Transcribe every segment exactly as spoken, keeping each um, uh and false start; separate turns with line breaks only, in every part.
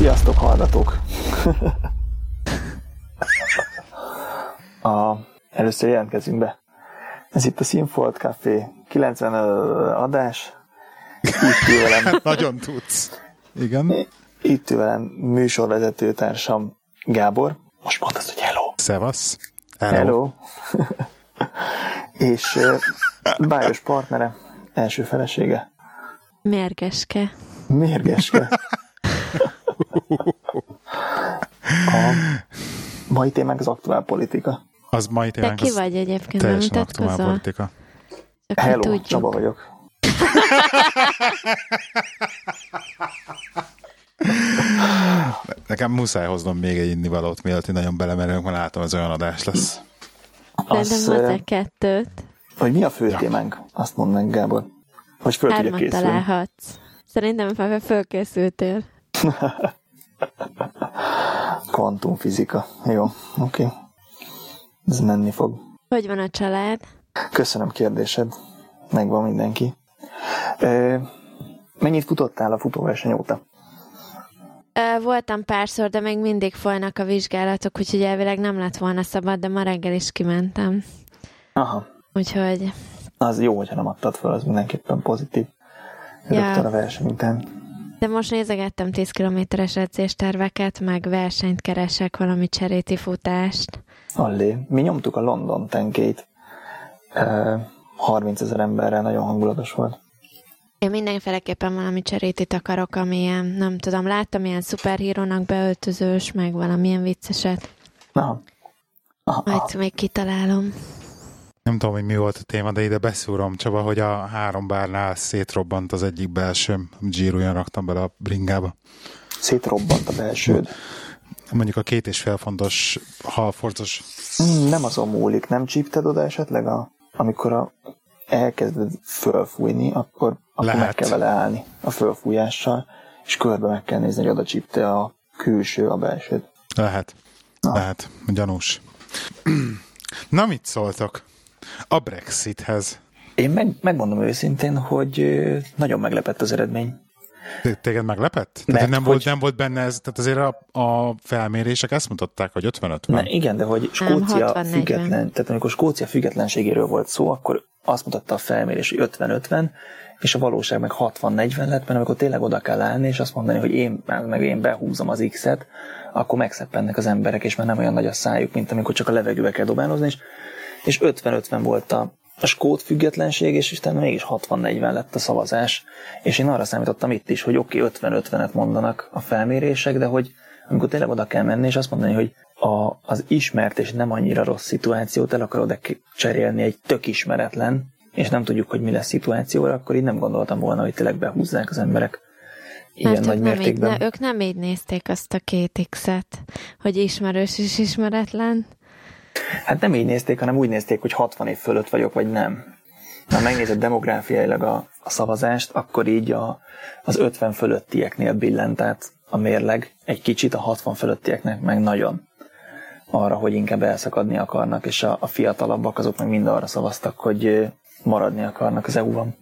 Sziasztok, hallgatók! a, először jelentkezünk be. Ez itt a Színfolt Café kilencven adás. Itt ül velem...
Nagyon tudsz. Igen.
Itt ül velem műsorvezető társam Gábor. Most mondd azt, hogy hello.
Szevasz.
Hello. hello. És uh, bájos partnere, első felesége.
Mérgeske.
Mérgeske. A mai témánk az aktuál politika.
Az mai témánk.
Te ki vagy egyébként, nem mutatkozol?
Politika.
Hello, Csaba vagyok.
Nekem muszáj hoznom még egy innivalót, mielőtt én nagyon belemerülünk, mert látom, az olyan adás lesz.
Szerintem hozzá kettőt.
Hogy mi a fő ja. témánk? Azt mondd meg, Gábor. Hogy föl tudja készülni.
Hármat találhatsz. Szerintem fel fölkészültél.
Kvantumfizika. Jó, oké. Okay. Ez menni fog.
Hogy van a család?
Köszönöm kérdésed. Megvan mindenki. E, mennyit futottál a futóverseny óta?
Voltam párszor, de még mindig folynak a vizsgálatok, úgyhogy elvileg nem lett volna szabad, de ma reggel is kimentem.
Aha.
Úgyhogy...
Az jó, hogyha nem adtad fel, az mindenképpen pozitív. Rögtön ja. a verseny után.
De most nézegettem tíz kilométeres edzésterveket, meg versenyt keresek, valami cseréti futást.
Allé. Mi nyomtuk a London tenkét. harmincezer emberrel, nagyon hangulatos volt.
Én mindenféleképpen valami cserétit akarok, amilyen, nem tudom, láttam ilyen szuperhírónak beöltözős, meg valamilyen vicceset.
Aha. Aha.
Majd még kitalálom.
Nem tudom, hogy mi volt a téma, de ide beszúrom, Csaba, hogy a három bárnál szétrobbant az egyik belső. Giro-jön raktam bele a bringába.
Szétrobbant a belsőd?
Mondjuk a két és fél fontos halforcos.
Mm, nem azon múlik. Nem csípted oda esetleg, a, amikor a, elkezded fölfújni, akkor, akkor meg kell vele állni a fölfújással, és körbe meg kell nézni, hogy oda csípte a külső, a belsőd.
Lehet. Na. Lehet. Gyanús. Na, mit szóltok a Brexithez?
Én meg, megmondom őszintén, hogy nagyon meglepett az eredmény.
Téged meglepett? Tehát nem, hogy... volt, nem volt benne ez, tehát azért a, a felmérések ezt mutatták, hogy ötven ötven.
Ne, igen, de hogy Skócia független, tehát amikor Skócia függetlenségéről volt szó, akkor azt mutatta a felmérés, hogy ötven ötven, és a valóság meg hatvan negyven lett, mert amikor tényleg oda kell állni, és azt mondani, hogy én, meg én behúzom az X-et, akkor megszeppennek az emberek, és már nem olyan nagy a szájuk, mint amikor csak a levegőbe kell dobálozni, és, és ötven ötven volt a, a skót függetlenség, és utána mégis hatvan negyven lett a szavazás. És én arra számítottam itt is, hogy oké, okay, ötven ötvenet mondanak a felmérések, de hogy amikor tényleg oda kell menni, és azt mondani, hogy a, az ismert és nem annyira rossz szituációt el akarod cserélni egy tök ismeretlen, és nem tudjuk, hogy mi lesz szituációra, akkor így nem gondoltam volna, hogy tényleg behúzzák az emberek ilyen
mert
nagy
ők
mértékben.
Nem így, ők nem így nézték azt a két X-et, hogy ismerős és ismeretlen.
Hát nem így nézték, hanem úgy nézték, hogy hatvan év fölött vagyok, vagy nem. Ha megnézed demográfiailag a, a szavazást, akkor így a, az ötven fölöttieknél billent át a mérleg, egy kicsit a hatvan fölöttieknek meg nagyon arra, hogy inkább elszakadni akarnak, és a, a fiatalabbak azok meg mind arra szavaztak, hogy maradni akarnak az é u-ban.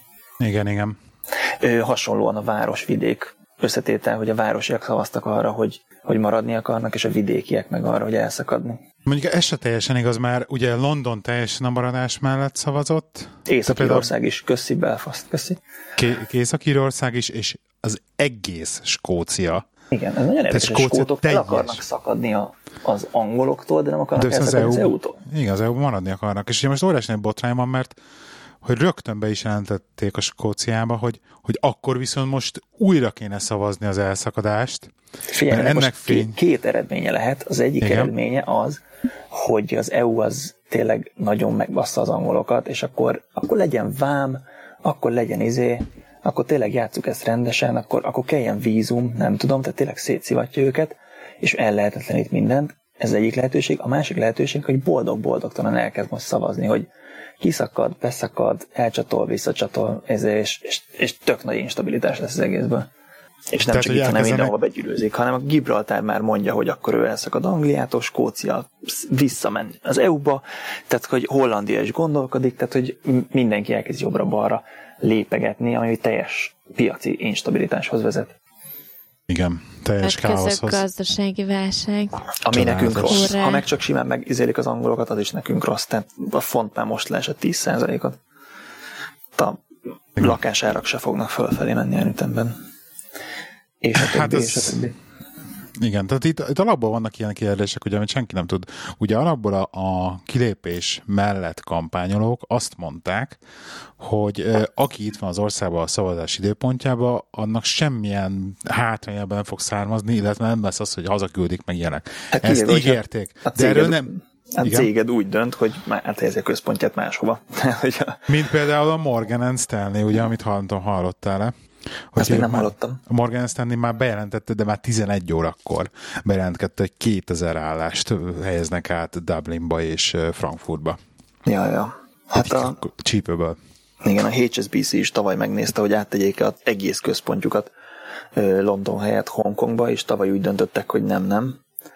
Igen, igen.
Ö, hasonlóan a város-vidék összetétel, hogy a városiak szavaztak arra, hogy, hogy maradni akarnak, és a vidékiek meg arra, hogy elszakadni.
Mondjuk ez se teljesen igaz, már ugye London teljesen a maradás mellett szavazott.
Észak-Írország is, köszi, Belfast, köszi.
Észak-Írország is, és az egész Skócia.
Igen, ez nagyon érdekes, a skótok el akarnak szakadni a, az angoloktól, de nem akarnak de elszakadni az, az é u-tól.
Igen, az é u-ban maradni akarnak. És ugye most óriási egy botrány van, mert hogy rögtön be is jelentették a Skóciába, hogy, hogy akkor viszont most újra kéne szavazni az elszakadást.
Figyelj, ennek most fény... két eredménye lehet. Az egyik igen. eredménye az, hogy az é u az tényleg nagyon megbassza az angolokat, és akkor, akkor legyen vám, akkor legyen izé, akkor tényleg játsszuk ezt rendesen, akkor, akkor kelljen vízum, nem tudom, tehát tényleg szétszivatja őket, és ellehetetlenít mindent. Ez egyik lehetőség. A másik lehetőség, hogy boldog-boldogtalan elkezd most szavazni, hogy kiszakad, beszakad, elcsatol, visszacsatol, és, és, és tök nagy instabilitás lesz az egészből. És nem Tehát, csak itt, hanem mindenhol begyűrűzik, hanem a Gibraltár már mondja, hogy akkor ő elszakad Angliától, Skócia visszamenni az é u-ba, tehát hogy Hollandia is gondolkodik, tehát hogy mindenki elkezd jobbra-balra lépegetni, ami teljes piaci instabilitáshoz vezet.
Igen, teljes káoszhoz.
Gazdasági válság.
Ami nekünk rossz. Urrá. Ha meg csak simán megizélik az angolokat, az is nekünk rossz. Tehát a font már most leesett tíz százalékot. A lakásárak se fognak fölfelé menni a ütemben. És a többi, hát ez... és a többi.
Igen, tehát itt, itt alapból vannak ilyen kérdések, ugye, amit senki nem tud. Ugye alapból a, a kilépés mellett kampányolók azt mondták, hogy eh, aki itt van az országban a szavazás időpontjában, annak semmilyen hátrányában nem fog származni, illetve nem lesz az, hogy hazaküldik meg ilyenek. Hát ezt igen, ígérték.
A
de erről nem...
A céged úgy dönt, hogy áthelyezi a központját máshova.
Mint például a Morgan and Stanley, ugye, amit hallottam, hallottál-e?
Azt még nem hallottam.
A Morgan Stanley már bejelentette, de már tizenegy órakor bejelentette, hogy kétezer állást helyeznek át Dublinba és Frankfurtba.
Ja, ja. Hát a...
Csípőből.
Igen, a há es bé cé is tavaly megnézte, hogy áttegyék az egész központjukat London helyett Hongkongba, és tavaly úgy döntöttek, hogy nem, nem.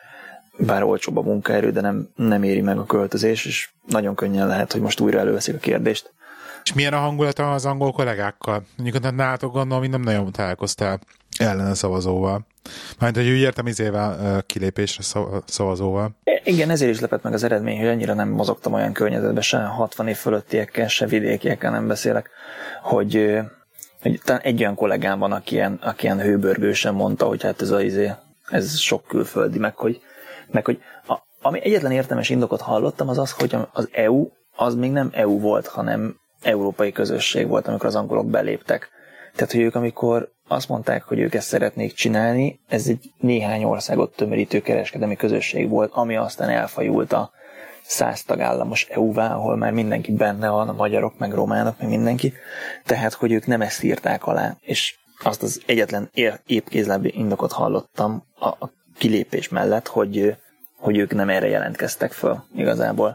Bár olcsóbb a munkaerő, de nem, nem éri meg a költözés, és nagyon könnyen lehet, hogy most újra előveszik a kérdést.
És milyen a hangulata az angol kollégákkal? Mondjuk nálatok gondolom, hogy nem nagyon találkoztál ellene szavazóval. Majd, hogy úgy értem izével kilépésre szavazóval.
Igen, ezért is lepett meg az eredmény, hogy annyira nem mozogtam olyan környezetben, se hatvan év fölöttiekkel, se vidékiekkel nem beszélek, hogy, hogy talán egy olyan kollégám van, aki ilyen, aki ilyen hőbörgősen mondta, hogy hát ez, a, izé, ez sok külföldi, meg hogy, meg, hogy a, ami egyetlen értelmes indokot hallottam, az az, hogy az é u az még nem é u volt, hanem európai közösség volt, amikor az angolok beléptek. Tehát, hogy ők amikor azt mondták, hogy ők ezt szeretnék csinálni, ez egy néhány országot tömörítő kereskedelmi közösség volt, ami aztán elfajult a száz tagállamos é u-vá, ahol már mindenki benne van, a magyarok, meg románok, meg mindenki. Tehát, hogy ők nem ezt írták alá, és azt az egyetlen épkézlábbi indokot hallottam a, a kilépés mellett, hogy, hogy ők nem erre jelentkeztek föl igazából.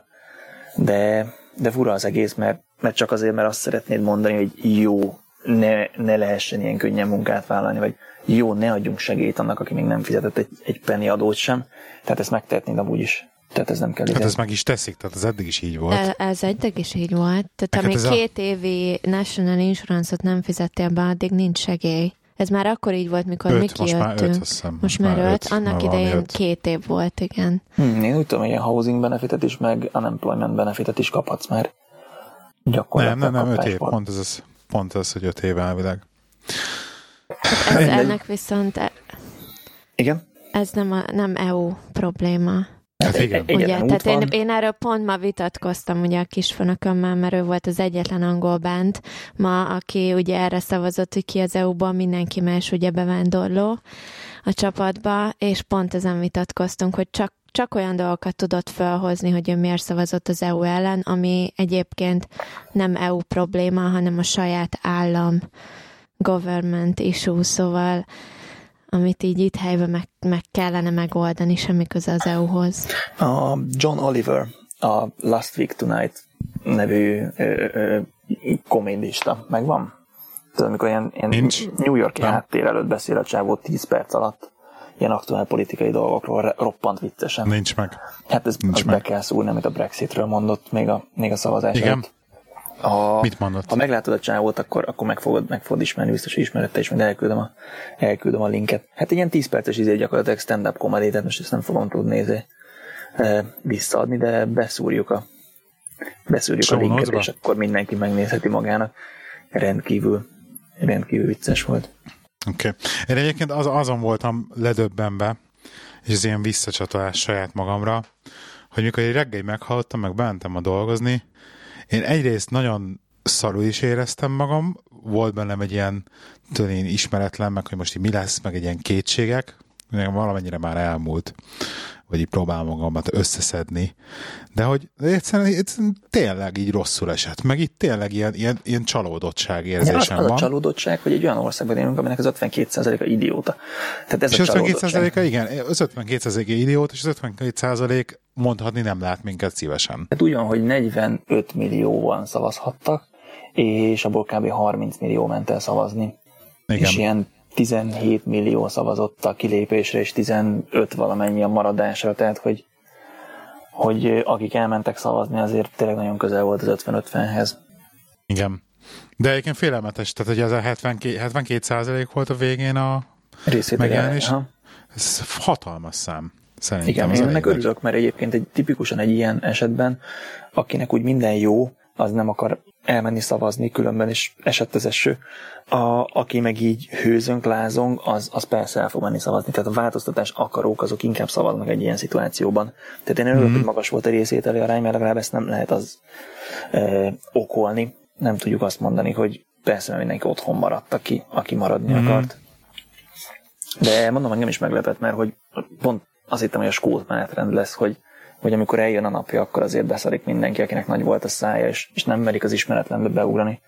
De, de fura az egész, mert mert csak azért, mert azt szeretnéd mondani, hogy jó, ne, ne lehessen ilyen könnyen munkát vállalni, vagy jó, ne adjunk segélyt annak, aki még nem fizetett egy, egy penny adót sem. Tehát ezt megtehetnéd amúgy is. Tehát ez nem kell.
Hát ez meg is teszik, tehát ez eddig is így volt.
Ez, ez eddig is így volt. Tehát amíg két a... évi National Insurance-ot nem fizettél be, addig nincs segély. Ez már akkor így volt, mikor öt, mi kijöttünk. Most már öt, hiszem. Most már öt. öt. Annak idején öt. Két év volt, igen.
Hmm, én úgy tudom, hogy a housing benefitet is, meg unemployment benefitet is kaphatsz már.
Nem, nem, nem, öt év. Pont ez, az, pont ez, hogy öt év elvileg.
Hát ez ennek viszont...
Igen?
Ez nem, a, nem é u probléma.
Hát igen.
Ugye, igen, tehát én, én erről pont ma vitatkoztam ugye a kisfőnökömmel, mert ő volt az egyetlen angol bent ma, aki ugye erre szavazott, hogy ki az é u-ban, mindenki más ugye bevándorló a csapatba, és pont ezen vitatkoztunk, hogy csak csak olyan dolgokat tudott felhozni, hogy ő miért szavazott az é u ellen, ami egyébként nem é u probléma, hanem a saját állam government issue, szóval amit így itt helyben meg, meg kellene megoldani, semmi köze az é u-hoz.
A John Oliver, a Last Week Tonight nevű ö, ö, komédista, megvan? Tudod, amikor ilyen, ilyen New York-i háttér előtt beszél a csávó tíz perc alatt, ilyen aktuál politikai dolgokról roppant viccesen.
Nincs meg.
Hát ez Nincs meg. Be kell szúrni, amit a Brexitről mondott még a, még a szavazás
Igen.
előtt. Ha,
Mit mondott?
Ha meglátod a csávót, akkor, akkor meg, fogod, meg fogod ismerni, biztos, hogy ismerette is, meg elküldöm a, elküldöm a linket. Hát egy ilyen tíz perces izé gyakorlatilag stand-up comedy, tehát most ezt nem fogom tudni nézni, e, visszaadni, de beszúrjuk a, beszúrjuk a linket, és akkor mindenki megnézheti magának. Rendkívül, rendkívül vicces volt.
Oké. Okay. Én egyébként az, azon voltam ledöbbenve, és ez ilyen visszacsatolás saját magamra, hogy mikor egy reggel meghallottam, meg bementem a dolgozni, én egyrészt nagyon szarul is éreztem magam, volt bennem egy ilyen tőlén ismeretlen, meg hogy most így mi lesz, meg egy ilyen kétségek, valamennyire már elmúlt, vagy így próbálom magamat összeszedni, de hogy egyszerűen, egyszerűen tényleg így rosszul esett, meg itt tényleg ilyen, ilyen, ilyen csalódottság érzésem
az, az
van.
A csalódottság, hogy egy olyan országban élünk, aminek az ötvenkét százaléka idióta. Tehát ez
és
a
ötvenkét százaléka, igen, az ötvenkét százaléka idióta, és az ötvenkét százalék mondhatni nem lát minket szívesen.
Hát úgy van, hogy negyvenöt millióan szavazhattak, és abból kb. harminc millió ment el szavazni. Igen. És ilyen tizenhét millió szavazott a kilépésre, és tizenöt valamennyi a maradásra, tehát hogy, hogy akik elmentek szavazni, azért tényleg nagyon közel volt az ötven-ötvenhez.
Igen. De egyébként félelmetes, tehát hogy ez a hetvenkét százalék volt a végén a megjelenés. Ez hatalmas szám. Szerintem.
Igen, én ennek örülök, mert egyébként egy, tipikusan egy ilyen esetben, akinek úgy minden jó, az nem akar elmenni szavazni, különben is esett az eső. A, aki meg így hőzönk, lázong, az, az persze el fog menni szavazni. Tehát a változtatás akarók, azok inkább szavaznak egy ilyen szituációban. Tehát én örülök, mm-hmm. hogy magas volt a részvételi arány, mert legalább ezt nem lehet az e, okolni. Nem tudjuk azt mondani, hogy persze mindenki otthon maradt, aki, aki maradni mm-hmm. akart. De mondom, engem is meglepett, mert hogy pont azt hittem, hogy a skót menetrend lesz, hogy, hogy amikor eljön a napja, akkor azért beszarik mindenki, akinek nagy volt a szája, és, és nem merik az ismeretlenbe beugrani.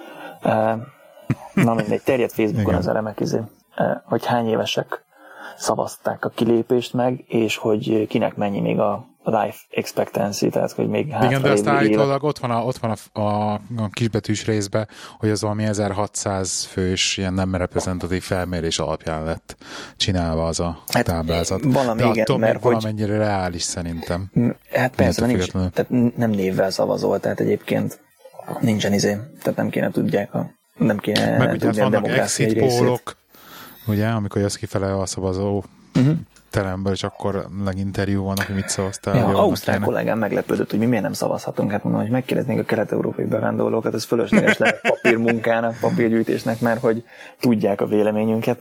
Uh, na mindegy, terjedt Facebookon az remek izé, uh, hogy hány évesek szavazták a kilépést meg, és hogy kinek mennyi még a life expectancy, tehát hogy még hátra
igen, de azt állítólag ott van, a, ott van a, a, a kisbetűs részben, hogy az valami ezerhatszáz fős ilyen nem reprezentatív felmérés alapján lett csinálva az a hát táblázat.
Valami
de
igen, mert hogy...
valamennyire reális szerintem.
Hát persze, nincs, tehát nem névvel szavazol, tehát egyébként nincsen izé, tehát nem kéne tudják a, nem kéne
meg
tudni a demográfia egy részét. Pólok,
ugye, amikor jössz kifele a szavazó uh-huh. teremből, és akkor leginterjú vannak, hogy mit szavaztál.
Ja, ausztrál kollégám meglepődött, hogy mi miért nem szavazhatunk. Hát mondom, hogy megkérdeznénk a kelet-európai bevándorlókat, ez fölösleges lehet papírmunkának, papírgyűjtésnek, mert hogy tudják a véleményünket.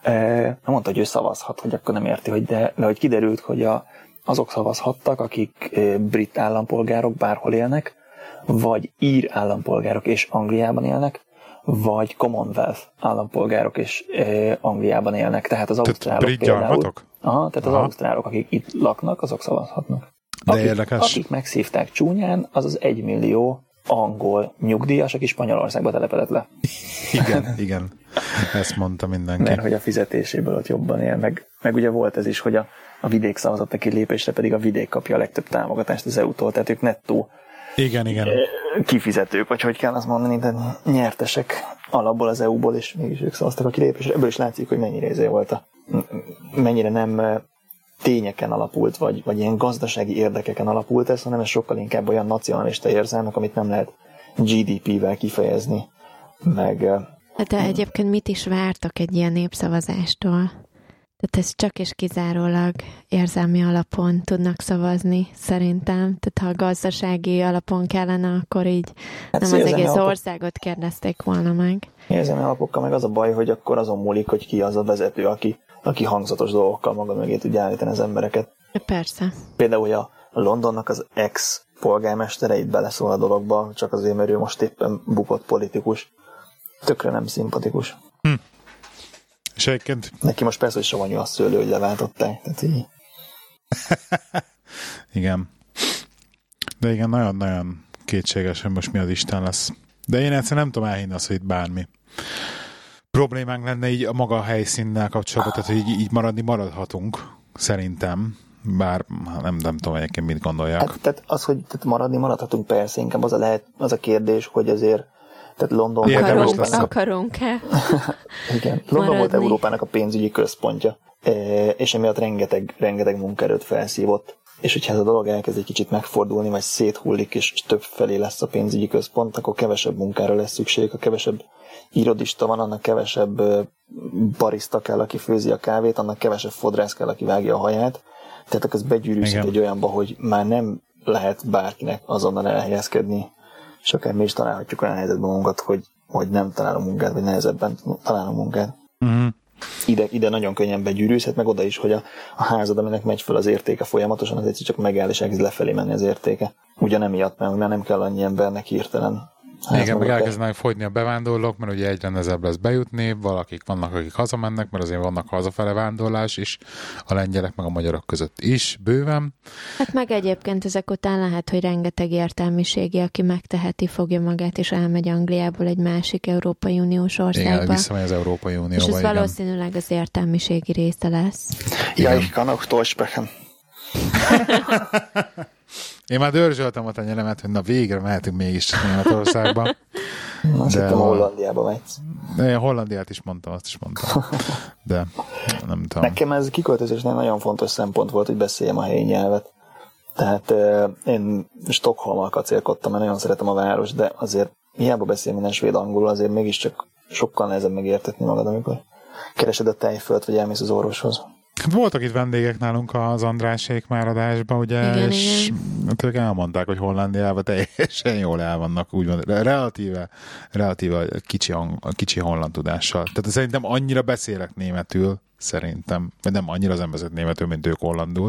E, mondta, hogy ő szavazhat, hogy akkor nem érti, hogy de, de hogy kiderült, hogy a, azok szavazhattak, akik e, brit állampolgárok bárhol élnek, vagy ír állampolgárok és Angliában élnek, vagy Commonwealth állampolgárok és e, Angliában élnek. Tehát az ausztrálok
brit
például... Aha, tehát az Aha. ausztrálok, akik itt laknak, azok szavazhatnak.
De
akik,
érdekes.
Akik megszívták csúnyán, az az egymillió angol nyugdíjas, aki Spanyolországba telepedett le.
Igen, igen. Ezt mondta mindenki.
Mert hogy a fizetéséből ott jobban él. Meg, meg ugye volt ez is, hogy a, a vidék szavazott a kilépésre, pedig a vidék kapja a legtöbb támogatást az é u-tól, tehát ők nettó
igen, igen.
kifizetők, vagy hogy kell azt mondani, tehát nyertesek alapból az é u-ból, és mégis ők szavaztak a kilépésre. Ebből is látszik, hogy mennyire izé volt a mennyire nem tényeken alapult, vagy, vagy ilyen gazdasági érdekeken alapult ez, hanem ez sokkal inkább olyan nacionalista érzelmek, amit nem lehet gé dé pé-vel kifejezni. Meg,
de egyébként mit is vártak egy ilyen népszavazástól? Tehát ez csak és kizárólag érzelmi alapon tudnak szavazni, szerintem. Tehát ha a gazdasági alapon kellene, akkor így hát nem az egész alapok... országot kérdezték volna meg.
Érzelmi alapokkal meg az a baj, hogy akkor azon múlik, hogy ki az a vezető, aki, aki hangzatos dolgokkal maga mögé tudja állítani az embereket.
Persze.
Például a Londonnak az ex-polgármestere itt beleszól a dologba, csak azért, mert ő most éppen bukott politikus. Tökre nem szimpatikus. Hm.
És egyébként...
Neki most persze, hogy savanyú a szőlő, hogy leváltották. Tehát így.
Igen. De igen, nagyon-nagyon kétséges, hogy most mi az Isten lesz. De én egyszerűen nem tudom elhinni azt, hogy itt bármi problémánk lenne így a maga a helyszínnel kapcsolatban, tehát hogy így, így maradni maradhatunk, szerintem. Bár nem, nem tudom egyébként mit gondolják.
Hát, tehát az, hogy tehát maradni maradhatunk, persze, inkább az a, lehet, az a kérdés, hogy azért tehát London volt Európának...
Akarunk-e?
Igen, London volt Európának a pénzügyi központja, és emiatt rengeteg, rengeteg munkaerőt felszívott. És hogyha ez a dolog elkezd egy kicsit megfordulni, vagy széthullik, és több felé lesz a pénzügyi központ, akkor kevesebb munkára lesz szükség, ha kevesebb irodista van, annak kevesebb barista kell, aki főzi a kávét, annak kevesebb fodrász kell, aki vágja a haját. Tehát akkor ez begyűrűzhet egy olyanba, hogy már nem lehet bárkinek azonnal elhelyezkedni, és akár mi is találhatjuk olyan helyzetben magunkat, hogy, hogy nem találunk munkát, vagy nehezebben találunk munkát. Uh-huh. Ide, ide nagyon könnyen begyűrűzhet, meg oda is, hogy a, a házad, aminek megy fel az értéke folyamatosan, az egyszer csak megáll, és elkezd lefelé menni az értéke. Ugyan emiatt, mert már nem kell annyi embernek hirtelen.
Igen, meg elkezdenek fogyni a bevándorlók, mert ugye egyre nehezebb lesz bejutni, valakik vannak, akik hazamennek, mert azért vannak hazafele vándorlás is, a lengyelek meg a magyarok között is bőven.
Hát meg egyébként ezek után lehet, hogy rengeteg értelmiségi, aki megteheti, fogja magát, és elmegy Angliából egy másik Európai Uniós országba.
Igen, visszamegy az Európai Unióba.
És ez
igen.
valószínűleg az értelmiségi része lesz.
Ja, ich kann auch Deutsch sprechen.
Én már dörzsöltem a tenyeremet, hogy na végre mehetünk mégis Németországba.
Azt hittem, Hollandiába megy.
Én Hollandiát is mondtam, azt is mondtam. De nem tudom.
Nekem ez kiköltözésnél nagyon fontos szempont volt, hogy beszéljem a helyi nyelvet. Tehát euh, én Stockholmmal kacérkodtam, mert nagyon szeretem a város, de azért hiába beszél minden svéd angolul, azért mégiscsak sokkal nehezebb megértetni magad, amikor keresed a tejfölt, vagy elmész az orvoshoz.
Voltak itt vendégek nálunk az Andrásék már adásban, ugye,
igen,
és
igen.
ők elmondták, hogy Hollandiában teljesen jól el vannak, úgymond, relatíve, relatíve kicsi, kicsi holland tudással. Tehát szerintem annyira beszélek németül, szerintem, vagy nem annyira az emberzett németül, mint ők hollandul,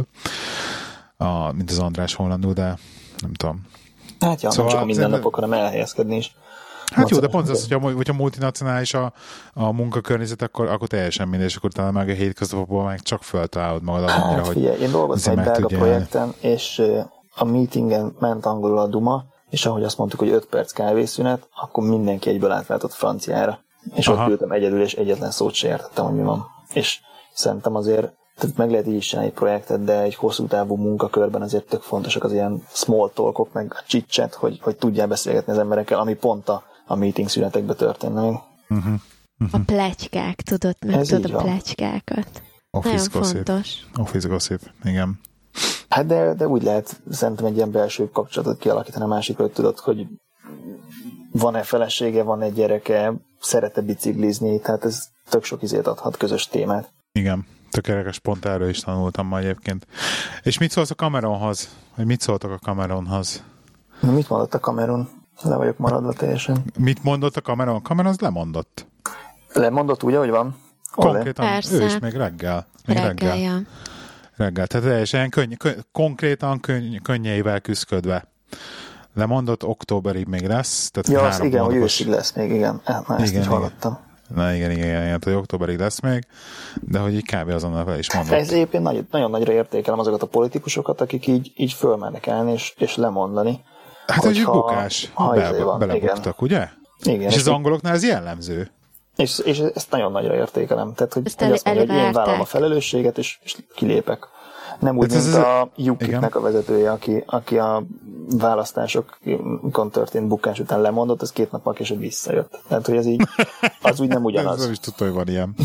a, mint az András hollandul, de nem tudom.
Hát ja, szóval nem csak a mindennapok, hanem elhelyezkedni is.
Hát jó, de pont az, hogyha, hogyha multinacionális a, a munkakörnyezet, akkor, akkor teljesen mindegy, és akkor talán meg a hétköznapokból meg csak föltalálod magad
hát,
annyira, hogy...
Figyelj, én dolgoztam egy belga projekten, és a meetingen ment angolul a duma, és ahogy azt mondtuk, hogy öt perc kávészünet, akkor mindenki egyből átváltott franciára. És Aha. ott ültem egyedül, és egyetlen szót se értettem, hogy mi van. És szerintem azért, tehát meg lehet így is csinálni egy projektet, de egy hosszú távú munkakörben azért tök fontosak az ilyen small talkok, meg a chit-chat, hogy, hogy tudjál beszélgetni az emberekkel, ami pont a a meeting szünetekbe történne még.
Uh-huh. Uh-huh.
A pletykák, tudod, meg
Ez
tudod a pletykákat. Nagyon fontos.
Office gossip, igen.
Hát de, de úgy lehet szerintem egy ilyen belső kapcsolatot kialakítani a másikról, hogy tudod, hogy van-e felesége, van-e gyereke, szeret-e biciklizni, tehát ez tök sok izét adhat, közös témát.
Igen, tökéletes, pont erről is tanultam ma egyébként. És mit szólsz a Cameronhoz? Vagy mit szóltak a Cameronhoz?
Na, mit mondott a Cameron? Le vagyok maradva teljesen.
Mit mondott a Cameron? Cameron az lemondott.
Lemondott úgy, ahogy van?
Konkrétan,
Persze.
ő is még reggel. Még
reggel,
reggel.
Ja.
Reggel. Tehát teljesen könny, könny, konkrétan könny, könnyeivel küszködve. Lemondott, októberig még lesz. Tehát
ja,
három
az igen,
hónapos...
hogy őszig lesz még, igen. Hát, na, ezt
igen,
is hallottam.
Na igen, igen, igen, igen, hogy októberig lesz még, de hogy így kb. Azonnal fel is mondott.
Ez egyébként nagy, nagyon nagyra értékelem azokat a politikusokat, akik így, így fölmennek állni és, és lemondani.
Hát, hogy bukás. Be, belebuktak, ugye?
Igen.
És az angoloknál ez jellemző.
És, és ezt nagyon nagyra értékelem. Tehát, hogy,
ezt
hogy azt mondja, hogy én vállalom a
elvárták.
felelősséget, és, és kilépek. Nem úgy,
ez
mint
ez
a UKIP-nek a vezetője, aki, aki a választásokon történt bukás után lemondott, az két nappal később visszajött. Tehát, hogy ez így, az úgy nem ugyanaz.
Nem is tudta, hogy van ilyen.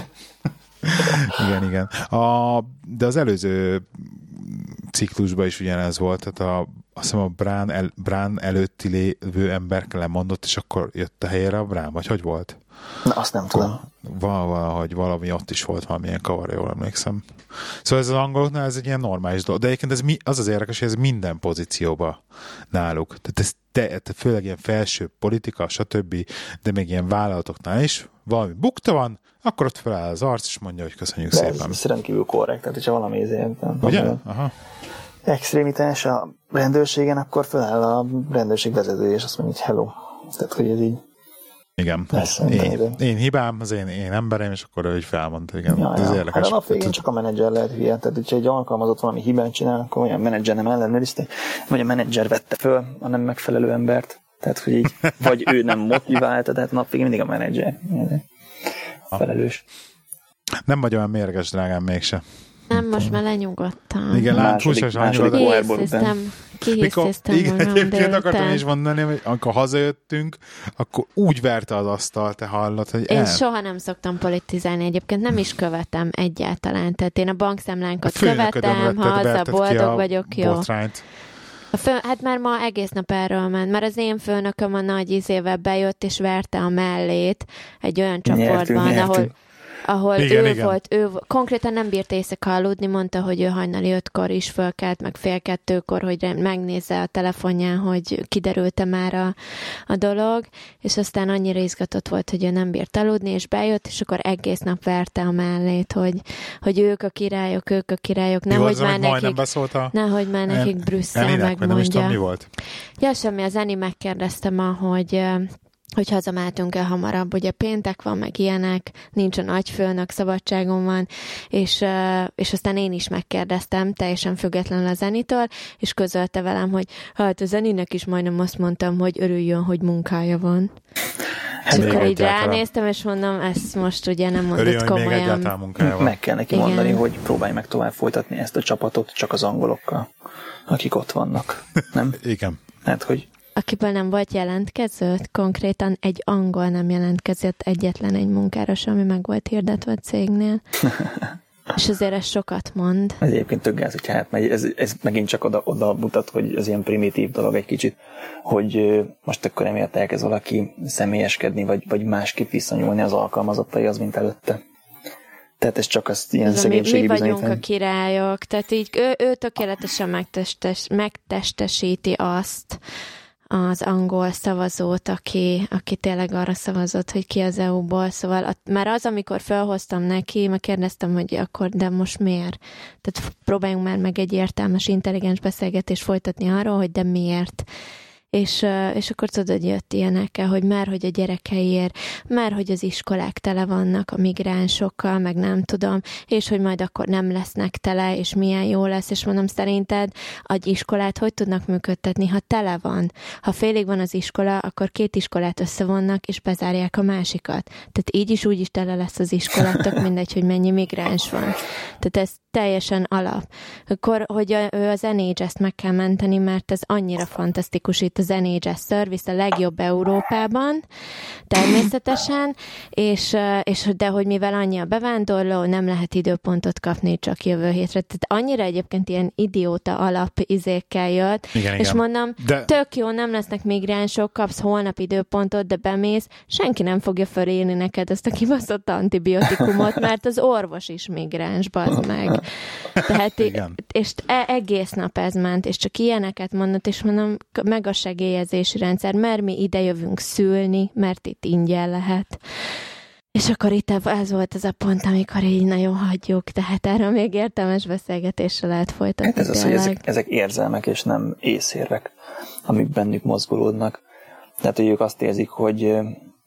igen, igen. A, de az előző ciklusban is ugyanez volt, tehát a, azt hiszem a Brán, el, Brán előtti lévő ember lemondott, és akkor jött a helyére a Brán, vagy hogy volt?
Na, azt nem tudom.
Valahogy valami ott is volt valamilyen kavar, jól emlékszem. Szóval ez az angoloknál ez egy ilyen normális dolog. De egyébként ez mi, az az érdekes, hogy ez minden pozícióban náluk. Tehát ez te, te főleg ilyen felső politika, stb., de még ilyen vállalatoknál is valami bukta van, akkor ott feláll az arc, és mondja, hogy köszönjük
de
szépen.
Ez, ez rendkívül korrekt, tehát hogyha valami ezért
ugye? Aha.
extrémitás a rendőrségen, akkor feláll a rendőrség vezetője, és azt mondja, hogy hello. Tehát, hogy ez így
igen, én, én hibám, az én, én emberem, és akkor ő így felmondta, igen.
Ja,
ez
ja.
érdekes.
Hát a nap végén csak a menedzser lehet hülye, tehát hogyha egy alkalmazott valami hibát csinál, akkor olyan menedzser nem ellenőrizte, vagy a menedzser vette föl a nem megfelelő embert, tehát hogy így, vagy ő nem motiválta, tehát nap végén mindig a menedzser. Felelős.
Nem vagy olyan mérges, drágám, mégse.
Nem, most már lenyugodtam.
Igen, lát, húsás
Kihisztéztem, kihisztéztem
igen,
magam
egyébként akartam
délután.
is mondani, hogy amikor hazajöttünk, akkor úgy verte az asztalt, te hallod, hogy
Én
el...
soha nem szoktam politizálni, egyébként nem is követem egyáltalán. Tehát én a bankszámlánkat
a
követem, ha azzal boldog vagyok, jó.
Botrányt.
A fő, hát már ma egész nap erről ment. Már az én főnököm a nagy izével bejött, és verte a mellét egy olyan csoportban,
nyertünk,
ahol...
nyertünk.
ahol
igen,
ő
igen.
volt, ő konkrétan nem bírt éjszaka aludni, mondta, hogy ő hajnali ötkor is fölkelt, meg fél kettőkor, hogy megnézze a telefonján, hogy kiderült-e már a, a dolog, és aztán annyira izgatott volt, hogy ő nem bírt aludni, és bejött, és akkor egész nap verte a mellét, hogy, hogy ők a királyok, ők a királyok, nehogy már nekik, nehogy már nekik Brüsszel megmondja.
Nem is tudom, mi volt?
Ja, semmi, az Eni megkérdezte ma, hogy hogy hazamehetünk el hamarabb, ugye péntek van, meg ilyenek, nincs a nagyfőnök, szabadságon van, és, és aztán én is megkérdeztem, teljesen függetlenül a Zenitől, és közölte velem, hogy hát a Zeninek is majdnem azt mondtam, hogy örüljön, hogy munkája van. És
Még
akkor így ránéztem, és mondom, ezt most ugye nem mondott
örüljön,
komolyan.
Meg kell neki
igen.
mondani, hogy próbálj meg tovább folytatni ezt a csapatot csak az angolokkal, akik ott vannak. Nem?
Igen.
Hát, hogy
Akiből nem volt jelentkező, konkrétan egy angol nem jelentkezett egyetlen egy munkára, ami meg volt hirdetve a cégnél. És azért ez sokat mond.
Ez egyébként tök gáz, hogy hát ez, ez megint csak oda, oda mutat, hogy ez ilyen primitív dolog egy kicsit, hogy most akkor emiatt elkezd valaki személyeskedni, vagy, vagy másképp visszanyúlni az alkalmazottai az, mint előtte. Tehát ez csak azt ilyen szegénységi
mi
bizonyítvány.
vagyunk a királyok, tehát így ő, ő tökéletesen megtestes, megtestesíti azt az angol szavazót, aki, aki tényleg arra szavazott, hogy ki az é u-ból. Szóval a, már az, amikor felhoztam neki, meg kérdeztem, hogy akkor, de most miért? Tehát próbáljunk már meg egy értelmes, intelligens beszélgetést folytatni arról, hogy de miért? És, és akkor tudod, jött ilyenekkel, hogy már, hogy a gyerekeiért, már, hogy az iskolák tele vannak a migránsokkal, meg nem tudom, és hogy majd akkor nem lesznek tele, és milyen jó lesz, és mondom, szerinted egy iskolát hogy tudnak működtetni, ha tele van? Ha félig van az iskola, akkor két iskolát összevonnak, és bezárják a másikat. Tehát így is, úgy is tele lesz az iskola, tök mindegy, hogy mennyi migráns van. Tehát ez teljesen alap. Akkor, hogy a, ő az en há es-t meg kell menteni, mert ez annyira fantasztikus itt az en há es Service, a legjobb Európában, természetesen, és, és de hogy mivel annyi a bevándorló, nem lehet időpontot kapni csak jövő hétre. Tehát annyira egyébként ilyen idióta alap izékkel jött,
igen,
és
igen.
mondom, de... tök jó, nem lesznek migránsok, kapsz holnap időpontot, de bemész, senki nem fogja fölírni neked ezt a kibaszott antibiotikumot, mert az orvos is migráns, bazd meg. Tehát, és egész nap ez ment, és csak ilyeneket mondott, és mondom, meg a segélyezési rendszer, mert mi ide jövünk szülni, mert itt ingyen lehet. És akkor itt ez volt az a pont, amikor így nagyon hagyjuk, tehát erről még értelmes beszélgetésre lehet folytatni.
Hát ez az, hogy ezek, ezek érzelmek, és nem észérvek, amik bennük mozgolódnak. Tehát, hogy ők azt érzik, hogy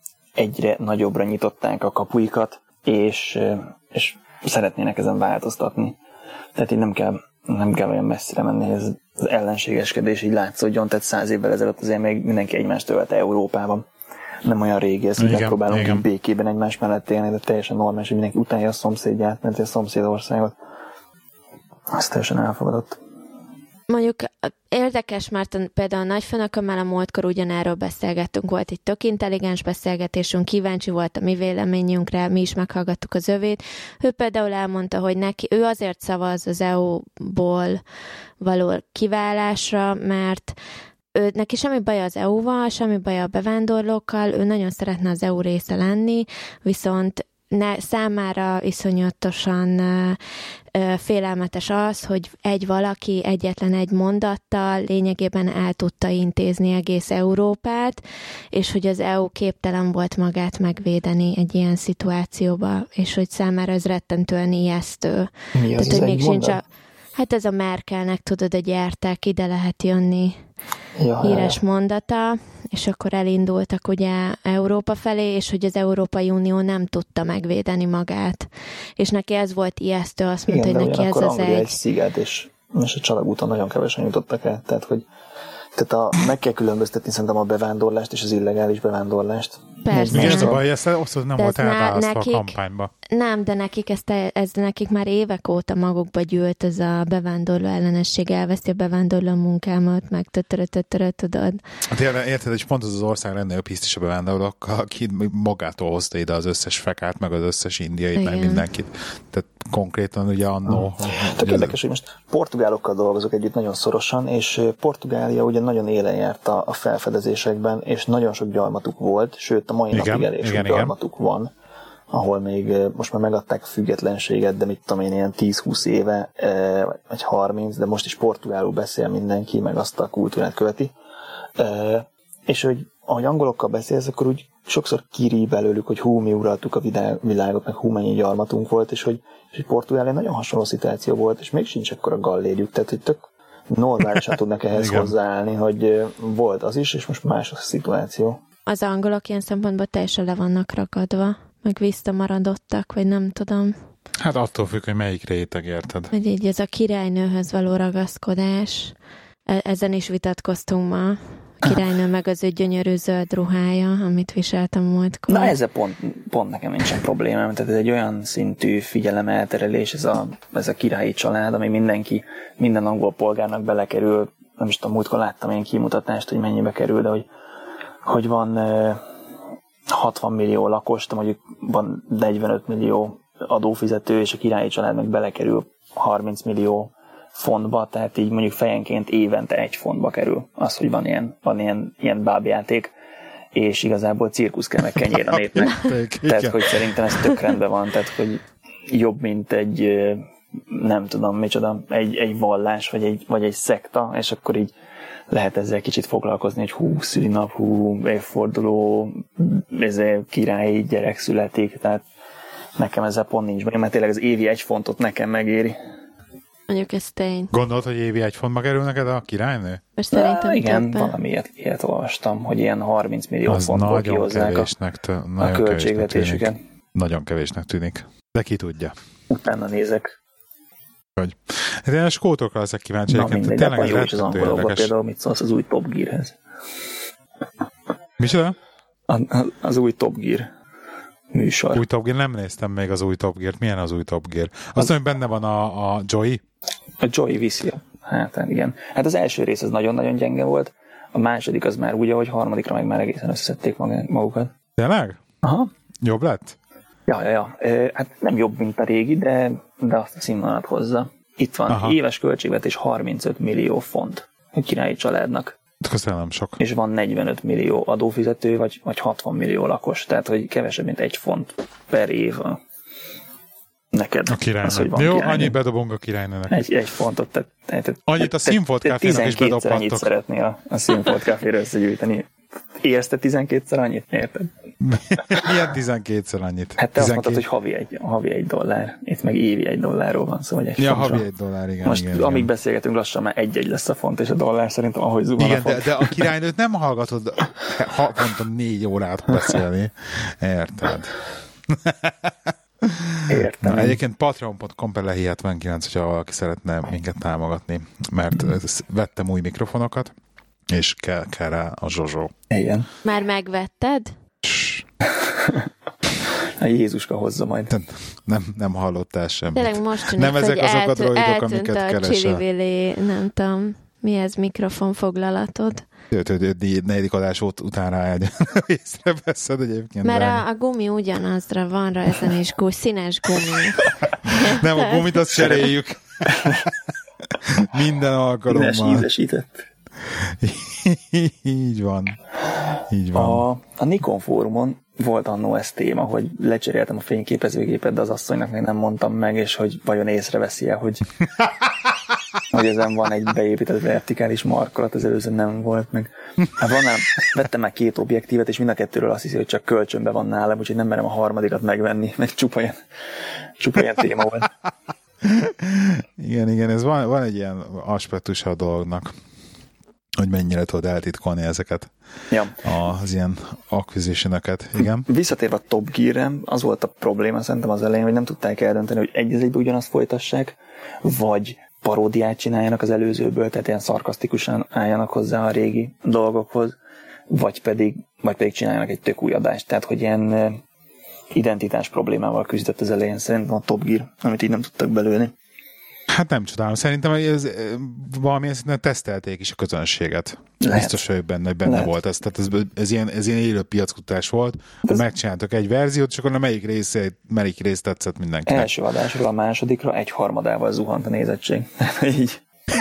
egyre nagyobbra nyitották a kapuikat, és, és szeretnének ezen változtatni. Tehát így nem kell, nem kell olyan messzire menni, hogy ez az ellenségeskedés így látszódjon, tehát száz évvel ezelőtt azért még mindenki egymást ölte Európában. Nem olyan régi ez, hogy megpróbálunk így békében egymás mellett élni, de teljesen normális, hogy mindenki utálja a szomszédját, mert a szomszédországot. Az teljesen elfogadott.
Mondjuk érdekes, mert például a nagyfőnökömmel a múltkor ugyanerről beszélgettünk, volt egy tök intelligens beszélgetésünk, kíváncsi volt a mi véleményünkre, mi is meghallgattuk az övét. Ő például elmondta, hogy neki, ő azért szavaz az é u-ból való kiválásra, mert ő, neki semmi baja az é u-val, semmi baja a bevándorlókkal, ő nagyon szeretne az é u része lenni, viszont ne, számára iszonyatosan uh, uh, félelmetes az, hogy egy valaki egyetlen egy mondattal lényegében el tudta intézni egész Európát, és hogy az é u képtelen volt magát megvédeni egy ilyen szituációba, és hogy számára ez rettentően ijesztő.
Mi az? Tehát, hogy még sincs a,
hát ez a Merkelnek, tudod, a gyertek, ide lehet jönni,
ja,
híres
ja.
mondata, és akkor elindultak ugye Európa felé, és hogy az Európai Unió nem tudta megvédeni magát. És neki ez volt ijesztő, azt mondta,
igen,
hogy neki ez az
Anglia
egy...
egy sziget, és, és a csalagúton nagyon kevesen jutottak el. Tehát, hogy tehát a, meg kell különböztetni szerintem a bevándorlást és az illegális bevándorlást.
Persze.
Igen, ez a baj, ez osztott nem
de
volt elválasztva
nekik,
a kampányba.
Nem, de nekik ez, te, ez nekik már évek óta magukba gyűlt ez a bevándorló ellenesség, elveszti a bevándorló munkámat, meg tötörö-tötörö, tudod.
Hát érted, hogy pont az az ország legnagyobb hisztis a bevándorlókkal, aki magától hozta ide az összes fekát, meg az összes indiait, meg mindenkit. Tehát konkrétan ugye annó...
Tök érdekes, hogy most portugálokkal dolgozok együtt nagyon szorosan, és Portugália ugye nagyon élen járt a, a felfedezésekben, és nagyon sok gyarmatuk volt, sőt a mai
igen,
napig elég sok gyarmatuk van, ahol még most már megadták a függetlenséget, de mit tudom én, ilyen tíz-húsz éve, vagy harminc, de most is portugálul beszél mindenki, meg azt a kultúrát követi. És hogy ahogy angolokkal beszélsz, akkor úgy sokszor kiri belőlük, hogy hú, mi uraltuk a világot, meg hú, mennyi gyarmatunk volt, és hogy, és hogy Portugália nagyon hasonló szituáció volt, és még sincs ekkora gallérjük, tehát hogy tök normálisan tudnak ehhez hozzáállni, hogy volt az is, és most más a szituáció.
Az angolok ilyen szempontból teljesen le vannak rakadva, meg visszamaradottak, vagy nem tudom.
Hát attól függ, hogy melyik réteg, érted?
Hogy így ez a királynőhöz való ragaszkodás, ezen is vitatkoztunk ma. A királynő meg az ő gyönyörű zöld ruhája, amit viseltem múltkor.
Na ezzel pont, pont nekem nincsen problémám, tehát ez egy olyan szintű figyelemelterelés, ez a, ez a királyi család, ami mindenki, minden angol polgárnak belekerül, nem is tudom, múltkor láttam én kimutatást, hogy mennyibe kerül, de hogy, hogy van hatvan millió lakost, mondjuk van negyvenöt millió adófizető, és a királyi család meg belekerül harminc millió fontba, tehát így mondjuk fejenként évente egy fontba kerül az, hogy van ilyen, van ilyen, ilyen bábjáték, és igazából cirkusz kell meg kenyér a népnek. Tehát, hogy szerintem ez tök rendben van, tehát, hogy jobb, mint egy nem tudom micsoda, egy, egy vallás, vagy egy, vagy egy szekta, és akkor így lehet ezzel kicsit foglalkozni, hogy hú, szülinap, hú, évforduló, ezért királyi gyerek születik, tehát nekem ezzel pont nincs benne, mert tényleg az évi egy fontot nekem megéri.
Mondjuk ez tény.
Gondolod, hogy évi egy fontba kerül neked a királynő?
Most szerintem
igen,
többen.
valami ilyet, ilyet olvastam, hogy ilyen harminc millió
az
fontból kihozzák a,
tő,
a költségvetésüket.
Nagyon kevésnek tűnik, de ki tudja.
Utána nézek.
Hogy. Hát én a skótokra leszek kíváncsi.
Na mindegy, de jó is az angolokban például, mit szólsz az új Top Gearhez.
Micsoda?
A, az új Top Gear műsor.
Új Top Gear? Nem néztem még az új Top Gear-t. Milyen az új Top Gear? Azt mondom, hogy benne van a, a Joey?
A Joey viszi. Hát igen. Hát az első rész az nagyon-nagyon gyenge volt. A második az már úgy, ahogy harmadikra meg már egészen összeszedték magukat.
Tényleg?
Aha.
Jobb lett?
Ja, ja, ja. E, hát nem jobb, mint a régi, de, de azt a színvonalat hozza. Itt van. Aha. Éves költségvetés harmincöt millió font. Egy királyi családnak.
Köszönöm, nem sok.
És van negyvenöt millió adófizető, vagy, vagy hatvan millió lakos. Tehát, hogy kevesebb, mint egy font per év a neked.
A királynő. Az, hogy van jó, királynő. Annyit bedobunk a királynőnek.
Egy, egy fontot. Tehát, tehát,
annyit a Színfolt Cafénak is bedobhattok.
tizenkétszer annyit szeretnél a, a Színfolt Caféről összegyűjteni. Érsz te tizenkétszer annyit? Érted?
Milyen tizenkétszer annyit?
Hát te tizenkét... azt mondtad, hogy havi egy, havi egy dollár. Itt meg évi egy dollárról van szó, hogy egy
ja,
fontra.
Havi egy dollár, igen.
Most
igen,
amíg
igen.
beszélgetünk, lassan már egy-egy lesz a font, és a dollár szerintem ahogy zuhan
igen,
a font.
De, de a királynőt nem hallgatod ha mondtam négy órát beszélni. Érted?
Értem.
Na, egyébként patreon pont com per lehi hetvenkilenc, hogyha valaki szeretne minket támogatni, mert vettem új mikrofonokat, és kell, kell rá a zsozsó.
Igen.
Már megvetted?
A Jézuska hozza majd.
Nem, nem, nem hallottál semmit.
Tényleg most tűnik,
nem ezek azok
eltű,
a droidok,
amiket
keresel.
Eltűnt a csili-vili, nem tudom, mi ez mikrofonfoglalatod.
Negyedik adás utánra észreveszed egyébként.
Mert a, a gumi ugyanazra van rajzon, és gumi, színes gumi.
Nem, a gumit azt cseréljük. Minden alkalommal.
Színes ízesített.
Így van. Így van.
A, a Nikon fórumon volt annó ez téma, hogy lecseréltem a fényképezőgépet, de az asszonynak még nem mondtam meg, és hogy vajon észreveszi-e, hogy, hogy ezen van egy beépített vertikális markolat, az előző nem volt meg. Hát van, nem, vettem már két objektívet, és mind a kettőről azt hiszi, hogy csak kölcsönben van nálam, úgyhogy nem merem a harmadikat megvenni, meg csupa ilyen, csupa ilyen téma volt.
Igen, igen, ez van, van egy ilyen aspektusa a dolognak, hogy mennyire tudod eltitkolni ezeket,
ja.
az ilyen acquisition-öket. Igen.
Visszatérve a Top Gear-re, az volt a probléma szerintem az elején, hogy nem tudták eldönteni, hogy egy az egyben ugyanazt folytassák, vagy paródiát csináljanak az előzőből, tehát ilyen szarkasztikusan álljanak hozzá a régi dolgokhoz, vagy pedig, vagy pedig csináljanak egy tök új adást, tehát hogy ilyen identitás problémával küzdött az elején szerintem a Top Gear, amit így nem tudtak belőni.
Hát nem csodálom. Szerintem ez valamilyen szinten tesztelték is a közönséget.
Lehet.
Biztos vagyok benne, hogy benne
Lehet.
volt ez. Tehát ez, ez, ilyen, ez ilyen élő piackutatás volt. Ez... Megcsináltak egy verziót, és akkor na melyik rész, melyik rész tetszett mindenkinek.
Első adásról a másodikra egy harmadával zuhant a nézettség. Így.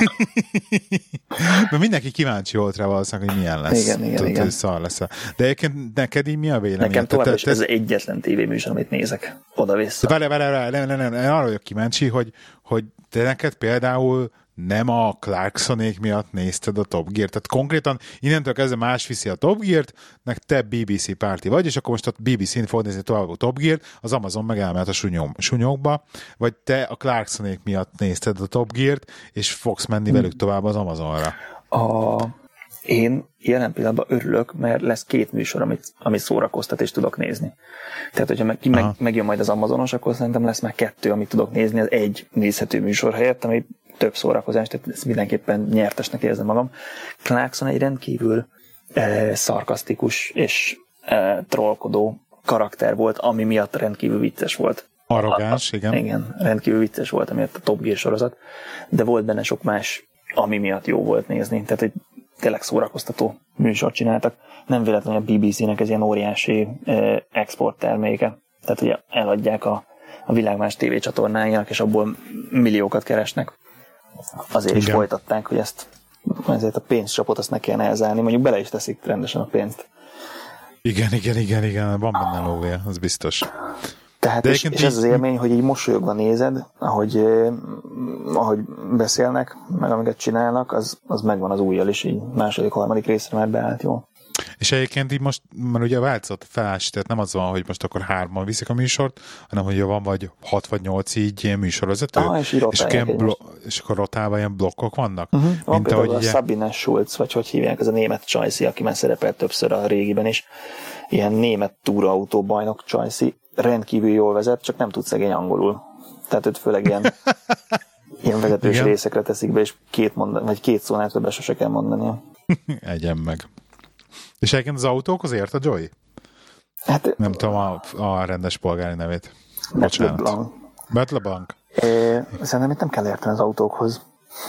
De mindenki kíváncsi volt rá valószínűleg, hogy milyen lesz.
Igen, igen,
Tud,
igen.
Hogy szar lesz. De egyébként neked így mi a vélemény?
Nekem továbbra is
te,
ez egyetlen tévéműsor, amit nézek. Oda-vissza.
Várj, várj, várj, nem, nem, nem, nem, arra vagyok kíváncsi, hogy, hogy te neked például nem a Clarksonék miatt nézted a Top Gear-t. Tehát konkrétan innentől kezdve más viszi a Top Gear-t, meg te bé bé cé párti vagy, és akkor most a bé bé cén fog nézni tovább a Top Gear-t, az Amazon meg elmehet a sunyog, sunyogba, vagy te a Clarksonék miatt nézted a Top Gear-t, és fogsz menni velük tovább az Amazonra.
A... Én jelen pillanatban örülök, mert lesz két műsor, amit, amit szórakoztat és tudok nézni. Tehát, hogyha meg, meg, megjön majd az Amazonos, akkor szerintem lesz már kettő, amit tudok nézni, az egy nézhető műsor helyett, ami több szórakozás, tehát ezt mindenképpen nyertesnek érzem magam. Clarkson egy rendkívül eh, szarkasztikus és eh, trollkodó karakter volt, ami miatt rendkívül vicces volt.
Arrogáns, igen.
Igen, rendkívül vicces volt, amiatt a Top Gear sorozat, de volt benne sok más, ami miatt jó volt nézni. Tehát egy tényleg szórakoztató műsort csináltak. Nem véletlenül a bé bé cének ez ilyen óriási eh, export terméke. Tehát ugye eladják a, a világ más tévécsatornáinak, és abból milliókat keresnek. Azért Igen. is folytatták, hogy ezt ezért a pénzcsapot azt ne kellene elzárni. Mondjuk bele is teszik rendesen a pénzt.
Igen, igen, igen, igen. Van benne lóvér, az biztos.
Tehát és, és ez az élmény, hogy így mosolyogva nézed, ahogy, eh, ahogy beszélnek, meg amiket csinálnak, az, az megvan az ujjal, és így második, harmadik részre már beállt jól.
És egyébként így most, mert ugye változott a felállás, tehát nem az van, hogy most akkor hárman viszik a műsort, hanem hogy van vagy hat vagy nyolc így ilyen műsorvezető,
ah, és,
és, blo- és akkor rotálva ilyen blokkok vannak.
Uh-huh.
Mint
van például
ahogy
a ugye... Sabine Schulz, vagy hogy hívják, ez a német Csajci, aki már szerepelt többször a régiben is. Ilyen német túraautó bajnok Csajci, rendkívül jól vezet, csak nem tud szegény angolul. Tehát őt főleg ilyen, ilyen vezetős igen. részekre teszik be, és két, mondan- vagy két szónál többet sose kell mondani.
Egyen meg. És egyébként az autókhoz ért a Joey?
Hát,
nem tudom a, a rendes polgári nevét.
Battle Blanc.
Battle Blanc.
Szerintem itt nem kell érteni az autókhoz.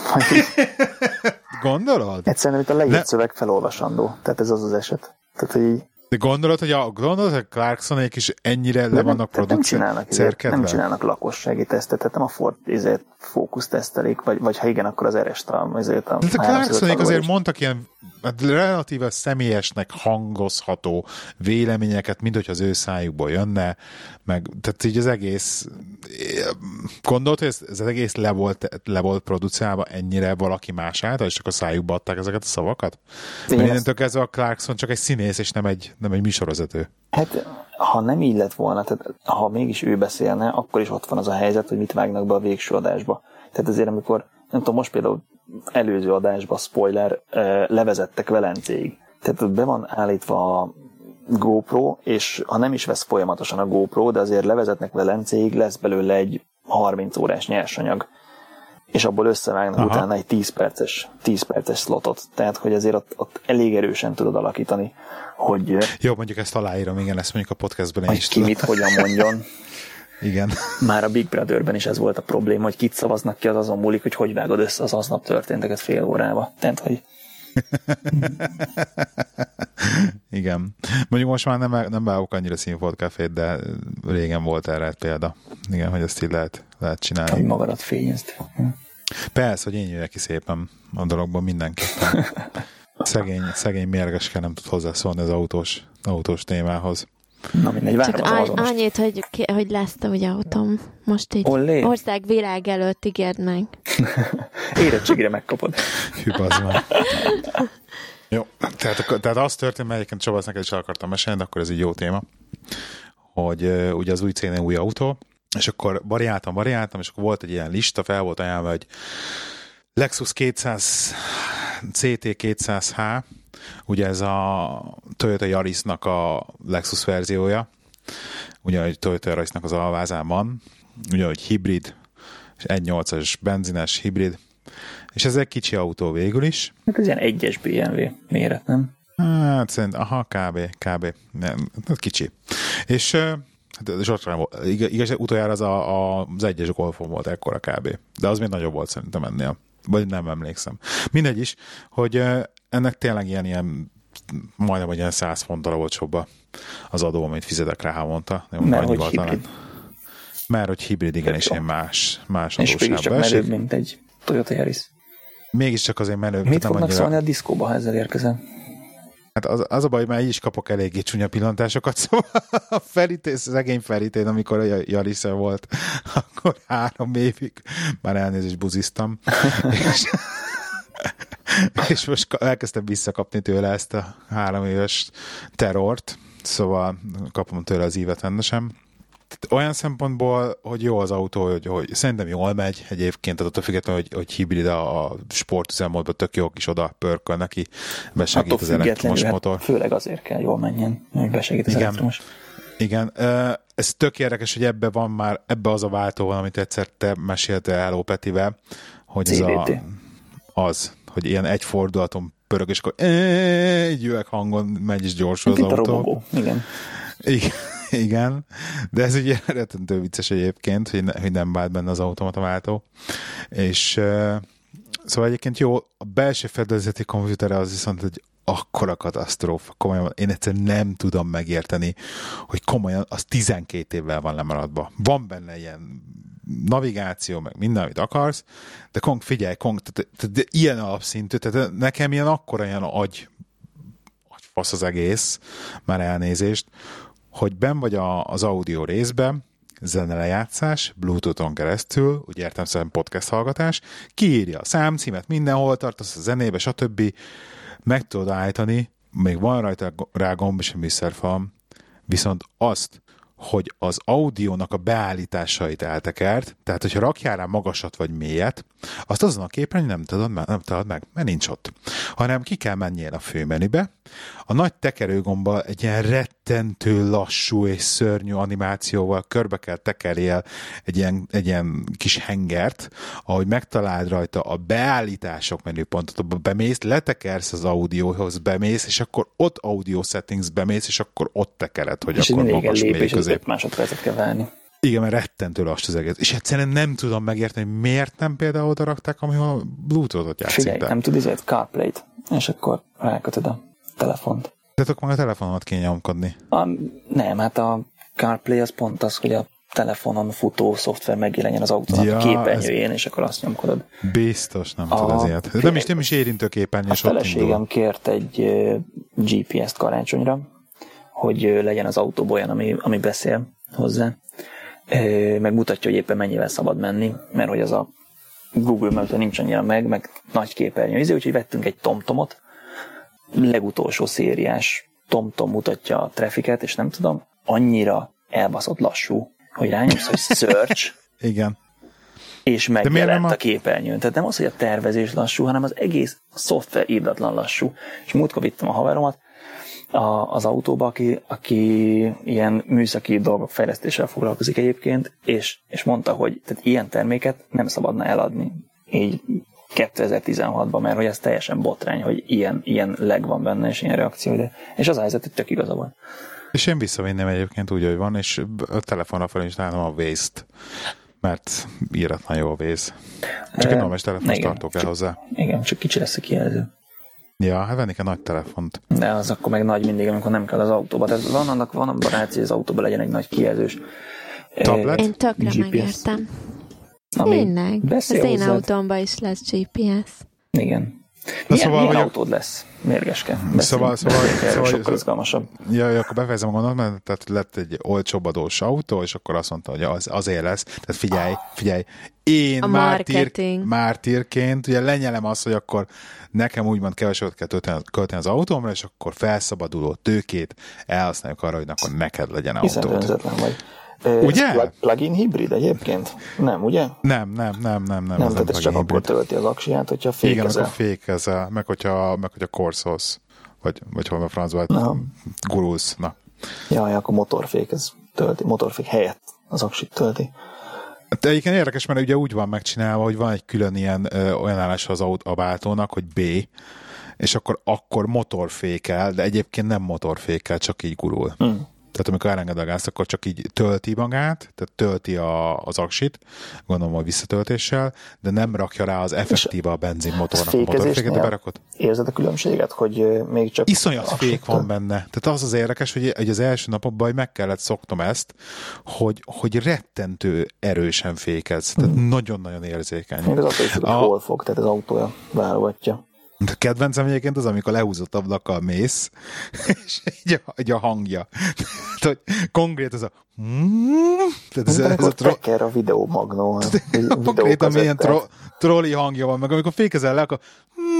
Gondolod?
Egyszerűen itt a leírt szöveg felolvasandó. Tehát ez az az eset. Tehát, hogy így...
De gondolod, hogy a, gondolod, hogy a Clarksonék is ennyire le vannak
producerkedve? Nem csinálnak lakossági tesztet, tehát nem a Ford ezért fókusztesztelik, vagy, vagy ha igen, akkor az er es-t azért a...
De a Clarksonék azért mondtak ilyen hát relatíve személyesnek hangozható véleményeket, mint hogy az ő szájukból jönne, meg tehát így az egész gondolod, hogy ez, ez az egész le volt, le volt producálva ennyire valaki más által, és csak a szájukba adták ezeket a szavakat? Mert innentől kezdve a Clarkson csak egy színész, és nem egy, nem egy műsorvezető.
Hát, ha nem így lett volna, tehát ha mégis ő beszélne, akkor is ott van az a helyzet, hogy mit vágnak be a végső adásba. Tehát azért, amikor, nem tudom, most például előző adásban, spoiler, levezettek Velencéig. Tehát be van állítva a GoPro, és ha nem is vesz folyamatosan a GoPro, de azért levezetnek Velencéig, lesz belőle egy harminc órás nyersanyag. És abból összevágnak aha. utána egy tíz perces, tíz perces slotot. Tehát, hogy azért ott, ott elég erősen tudod alakítani, hogy...
Jó, mondjuk ezt aláírom, igen, ezt mondjuk a podcastben én
is ki tudom. Mit hogyan mondjon.
Igen.
Már a Big Brotherben is ez volt a probléma, hogy kit szavaznak ki, az azon múlik, hogy hogy vágod össze az aznap történteket fél órába. Tehát, hogy...
Igen. Mondjuk most már nem, nem vágok annyira színfoltkáfét, de régen volt erre példa. Igen, hogy ezt így lehet, lehet csinálni.
Hogy magadat fényezd.
Persze, hogy én jöjjek ki szépen a dologban mindenképpen. Szegény, szegény mérgeske nem tud hozzászólni az autós, autós témához.
Na mindegy, várom
az
azonos.
Annyit, hogy, hogy lesz te ugye autóm. Most így Olé. Ország világ előtt ígérd meg.
Érettségire megkapod.
Hű, bazd meg. Jó, tehát, tehát az történt, mert egyébként Csaba, azt neked is el akartam mesélni, de akkor ez egy jó téma, hogy uh, ugye az új cégen új autó, és akkor variáltam, variáltam, és akkor volt egy ilyen lista, fel volt ajánlva, hogy Lexus kétszáz, cé té kétszáz há, ugye ez a Toyota Yarisnak a Lexus verziója, ugye a Toyota Yarisnak az alvázán van, ugye hogy hibrid, és egy nyolcas benzines hibrid, és ez egy kicsi autó végül is.
Hát ez ilyen egyes bé em vé méret, nem?
Hát szerintem, aha, kb. kb. Nem, kicsi. És hát, igaz, igaz, utoljára az a, a, az egyes Golfon volt ekkora kb. De az még nagyobb volt szerintem ennél. Vagy nem emlékszem. Mindegy is, hogy ennek tényleg ilyen, ilyen majdnem, hogy ilyen száz fonttal olcsóbb az adó, amit fizetek rá havonta.
Mert hogy hibrid.
Mert hogy hibrid, igen, és ilyen más, más adósságba.
És mégiscsak menőbb, mint egy Toyota Yaris.
Mégiscsak azért menőbb.
Mit fognak annyira... szólni a diszkóba, ha ezzel érkezem?
Hát az, az a baj, hogy már így is kapok eléggé csúnya pillantásokat, szóval a felítés, az szegény felítén, amikor a Yaris volt, akkor három évig már elnézést buziztam. és, és most elkezdtem visszakapni tőle ezt a három éves terrort, szóval kapom tőle az ívet rendesen. Olyan szempontból, hogy jó az autó, hogy, hogy szerintem jól megy egyébként, attól függetlenül, hogy, hogy hibrid a sportüzemmódban tök jó kis oda pörköl neki, besegít attól az elektromos motor.
Főleg azért kell jól menjen, hogy besegít az
igen, elektromos. Igen, ez tök érdekes, hogy ebbe van már, ebbe az a váltó van, amit egyszer te meséltél Hello Petivel, hogy ez a, az, hogy ilyen egy fordulaton pörög, és akkor egy üveg hangon megy is gyorsul az autó.
Robogó. Igen.
Igen. Igen, de ez ugye rettentő vicces egyébként, hogy, ne, hogy nem vált benne az automata váltó. És uh, szóval egyébként jó, a belső fedélzeti komputere az viszont egy akkora katasztrófa. Komolyan, én egyszerűen nem tudom megérteni, hogy komolyan az tizenkét évvel van lemaradva. Van benne ilyen navigáció, meg minden, amit akarsz, de kong, figyelj, kong, tehát, tehát, de ilyen alapszintű, tehát nekem ilyen akkora ilyen agy, agyfasz az egész, már elnézést, hogy benn vagy a, az audio részben, zenelejátszás, Bluetooth-on keresztül, úgy értem szerint podcast hallgatás, kiírja a számcímet, mindenhol tartasz a zenébe, stb. Meg tudod állítani, még van rajta rá gomb és a műszerfal, viszont azt, hogy az audiónak a beállításait eltekert, tehát hogyha rakjál rá magasat vagy mélyet, azt azon a képen nem tudod, nem tudod meg, mert nincs ott. Hanem ki kell menjél a főmenübe, a nagy tekerőgombbal egy ilyen rettentő lassú és szörnyű animációval körbe kell tekerjél egy ilyen, egy ilyen kis hengert, ahogy megtaláld rajta a beállítások menüpontot, abba bemész, letekersz az audióhoz, bemész, és akkor ott audio settings bemész, és akkor ott tekered, hogy és akkor magas mély közé.
öt másodpercet kell várni.
Igen, mert rettentő lassú az egész. És egyszerűen nem tudom megérteni, hogy miért nem például oda rakták, amihol Bluetooth-ot játszik.
Figyelj, nem tud izért CarPlay-t, és akkor rákötöd a telefont.
De akkor meg a telefonomat kéne nyomkodni.
A, nem, hát a CarPlay az pont az, hogy a telefonon futó szoftver megjelenjen az autónak ja, a képernyőjén, ez... és akkor azt nyomkodod.
Biztos nem a... tud az ilyet. Nem is, nem is érintő képernyős.
A feleségem kért egy uh, gé pé es-t karácsonyra, hogy uh, legyen az autóban olyan, ami, ami beszél hozzá. Uh, meg mutatja, hogy éppen mennyivel szabad menni, mert hogy az a Google Maps nincs annyira meg, meg nagy képernyő. Ezért úgyhogy vettünk egy TomTomot, legutolsó szériás TomTom mutatja a trafficet, és nem tudom, annyira elbaszott lassú, hogy rányomsz, hogy search,
igen.
és megjelent a... a képernyőn. Tehát nem az, hogy a tervezés lassú, hanem az egész szoftver írdatlan lassú. És múltkor vittem a haveromat a, az autóba, aki, aki ilyen műszaki dolgok fejlesztéssel foglalkozik egyébként, és, és mondta, hogy tehát ilyen terméket nem szabadna eladni. Így kétezer-tizenhatban, mert hogy ez teljesen botrány, hogy ilyen, ilyen leg van benne, és ilyen reakció, de és az a helyzet, hogy tök igaza van.
És én visszavinném egyébként úgy, hogy van, és a telefonra fel is találom a Waze-t, mert íratlan jó a Waze. Csak egy normális telefont tartok el hozzá.
Igen, csak kicsi lesz a kijelző.
Ja, hát vennék egy nagy telefont.
De az akkor meg nagy mindig, amikor nem kell az autóba. Tehát van annak, van a barát, hogy az autóban legyen egy nagy kijelzős
tablet.
Én tökre megértem. Tényleg. Az én autómban is lesz gé pé es.
Igen. Milyen, szóval, milyen autód lesz? Mérgeske.
Szóval, szóval,
szóval sokkal izgalmasabb.
Ja, ja, akkor befejezem a gondot, mert tehát lett egy olcsóbb adós autó, és akkor azt mondta, hogy az, azért lesz. Tehát figyelj, figyelj, én mártír, mártírként ugye lenyelem azt, hogy akkor nekem úgymond keveset kell tölteni, költeni az autómra, és akkor felszabaduló tőkét elhasználjuk arra, hogy akkor neked legyen autód.
Hiszen önzetlen vagy.
Ugye?
Plug, plug-in hibrid egyébként? Nem, ugye?
Nem, nem, nem, nem. Nem,
nem tehát ez csak hibrid. Akkor tölti az aksiját, hogyha fékezel.
Igen, akkor fékezel, meg hogyha, meg hogyha korszolsz, vagy, vagy hol a francba gurulsz. Na.
Jaj, akkor motorfék, ez tölti, motorfék helyett az aksit tölti.
De egyébként érdekes, mert ugye úgy van megcsinálva, hogy van egy külön ilyen ö, olyan állása az aut- a váltónak, hogy B, és akkor, akkor motorfékel, de egyébként nem motorfékel, csak így gurul. Mm. Tehát amikor elenged a gázt, akkor csak így tölti magát, tehát tölti a, az aksit, gondolom, hogy visszatöltéssel, de nem rakja rá az effektíva a benzinmotornak a motorféket, de berakott.
Érzed a különbséget, hogy még csak...
Iszonyat fék van benne. Tehát az az érdekes, hogy, hogy az első napokban meg kellett szoknom ezt, hogy, hogy rettentő erősen fékez. Tehát hmm. nagyon-nagyon érzékeny.
Még az attól is, hogy a... hol fog, tehát az autója válogatja.
De kedvencem egyébként az, amikor lehúzott ablakkal mész, és így a, így a hangja. Tehát, hogy konkrét ez a...
Tehát ez, ez a tro... a videómagnó.
Konkrétan milyen tro- trolli hangja van, meg amikor fékezel le, akkor...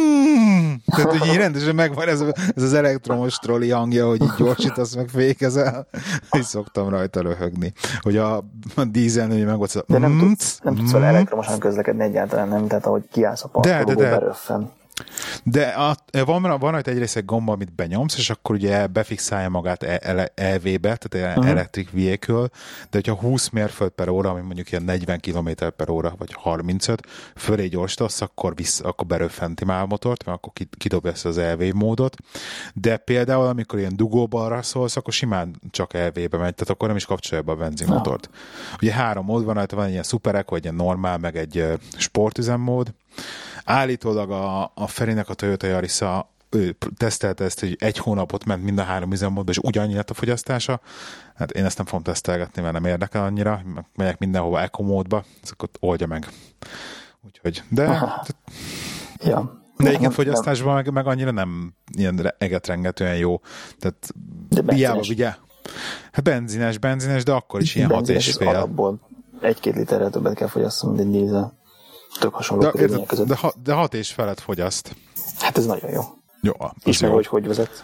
Tehát, hogy így rendesen megvan ez, ez az elektromos trolli hangja, hogy így gyorsítasz, meg fékezel. Így szoktam rajta röhögni. Hogy a, a dízelnői meg ott...
De nem tudsz, nem tudsz vele elektromosan közlekedni egyáltalán, nem? Tehát ahogy kiállsz a parkolóból, beröffen.
De a, van, van rajta egyrészt egy gomba, amit benyomsz, és akkor ugye befixálja magát é vé-be, tehát uh-huh. electric vehicle, de hogyha húsz mérföld per óra, ami mondjuk ilyen negyven kilométer per óra, vagy harmincöt, fölé gyorsítasz, akkor, vissza, akkor beröffenti már a motort, mert akkor kidobja ezt az é vé módot. De például, amikor ilyen dugóbalra szólsz, akkor simán csak é vé-be megy, tehát akkor nem is kapcsolja be a benzinmotort. Uh-huh. Ugye három mód van rajta, van egy ilyen szuperek, vagy egy normál, meg egy sportüzemmód. Állítólag a, a Ferinek a Toyota Yarisa, ő tesztelte ezt, hogy egy hónapot ment mind a három üzemmódba, és ugyannyi lett a fogyasztása. Hát én ezt nem fogom tesztelgetni, mert nem érdekel annyira. Megyek mindenhova eco módba, ezeket oldja meg. Úgyhogy, de...
Ja.
De igen, fogyasztásban meg, meg annyira nem ilyen egetrengetően jó. Tehát hiába vigye. Hát benzines, benzines, de akkor is ilyen hat és fél.
Alapból egy-két literrel többet kell fogyasszom, mint egy dízel. Tök hasonló körülmények között.
De, de, de hat és felet fogyaszt.
Hát ez nagyon jó.
Jó.
És meg, hogy hogy vezet.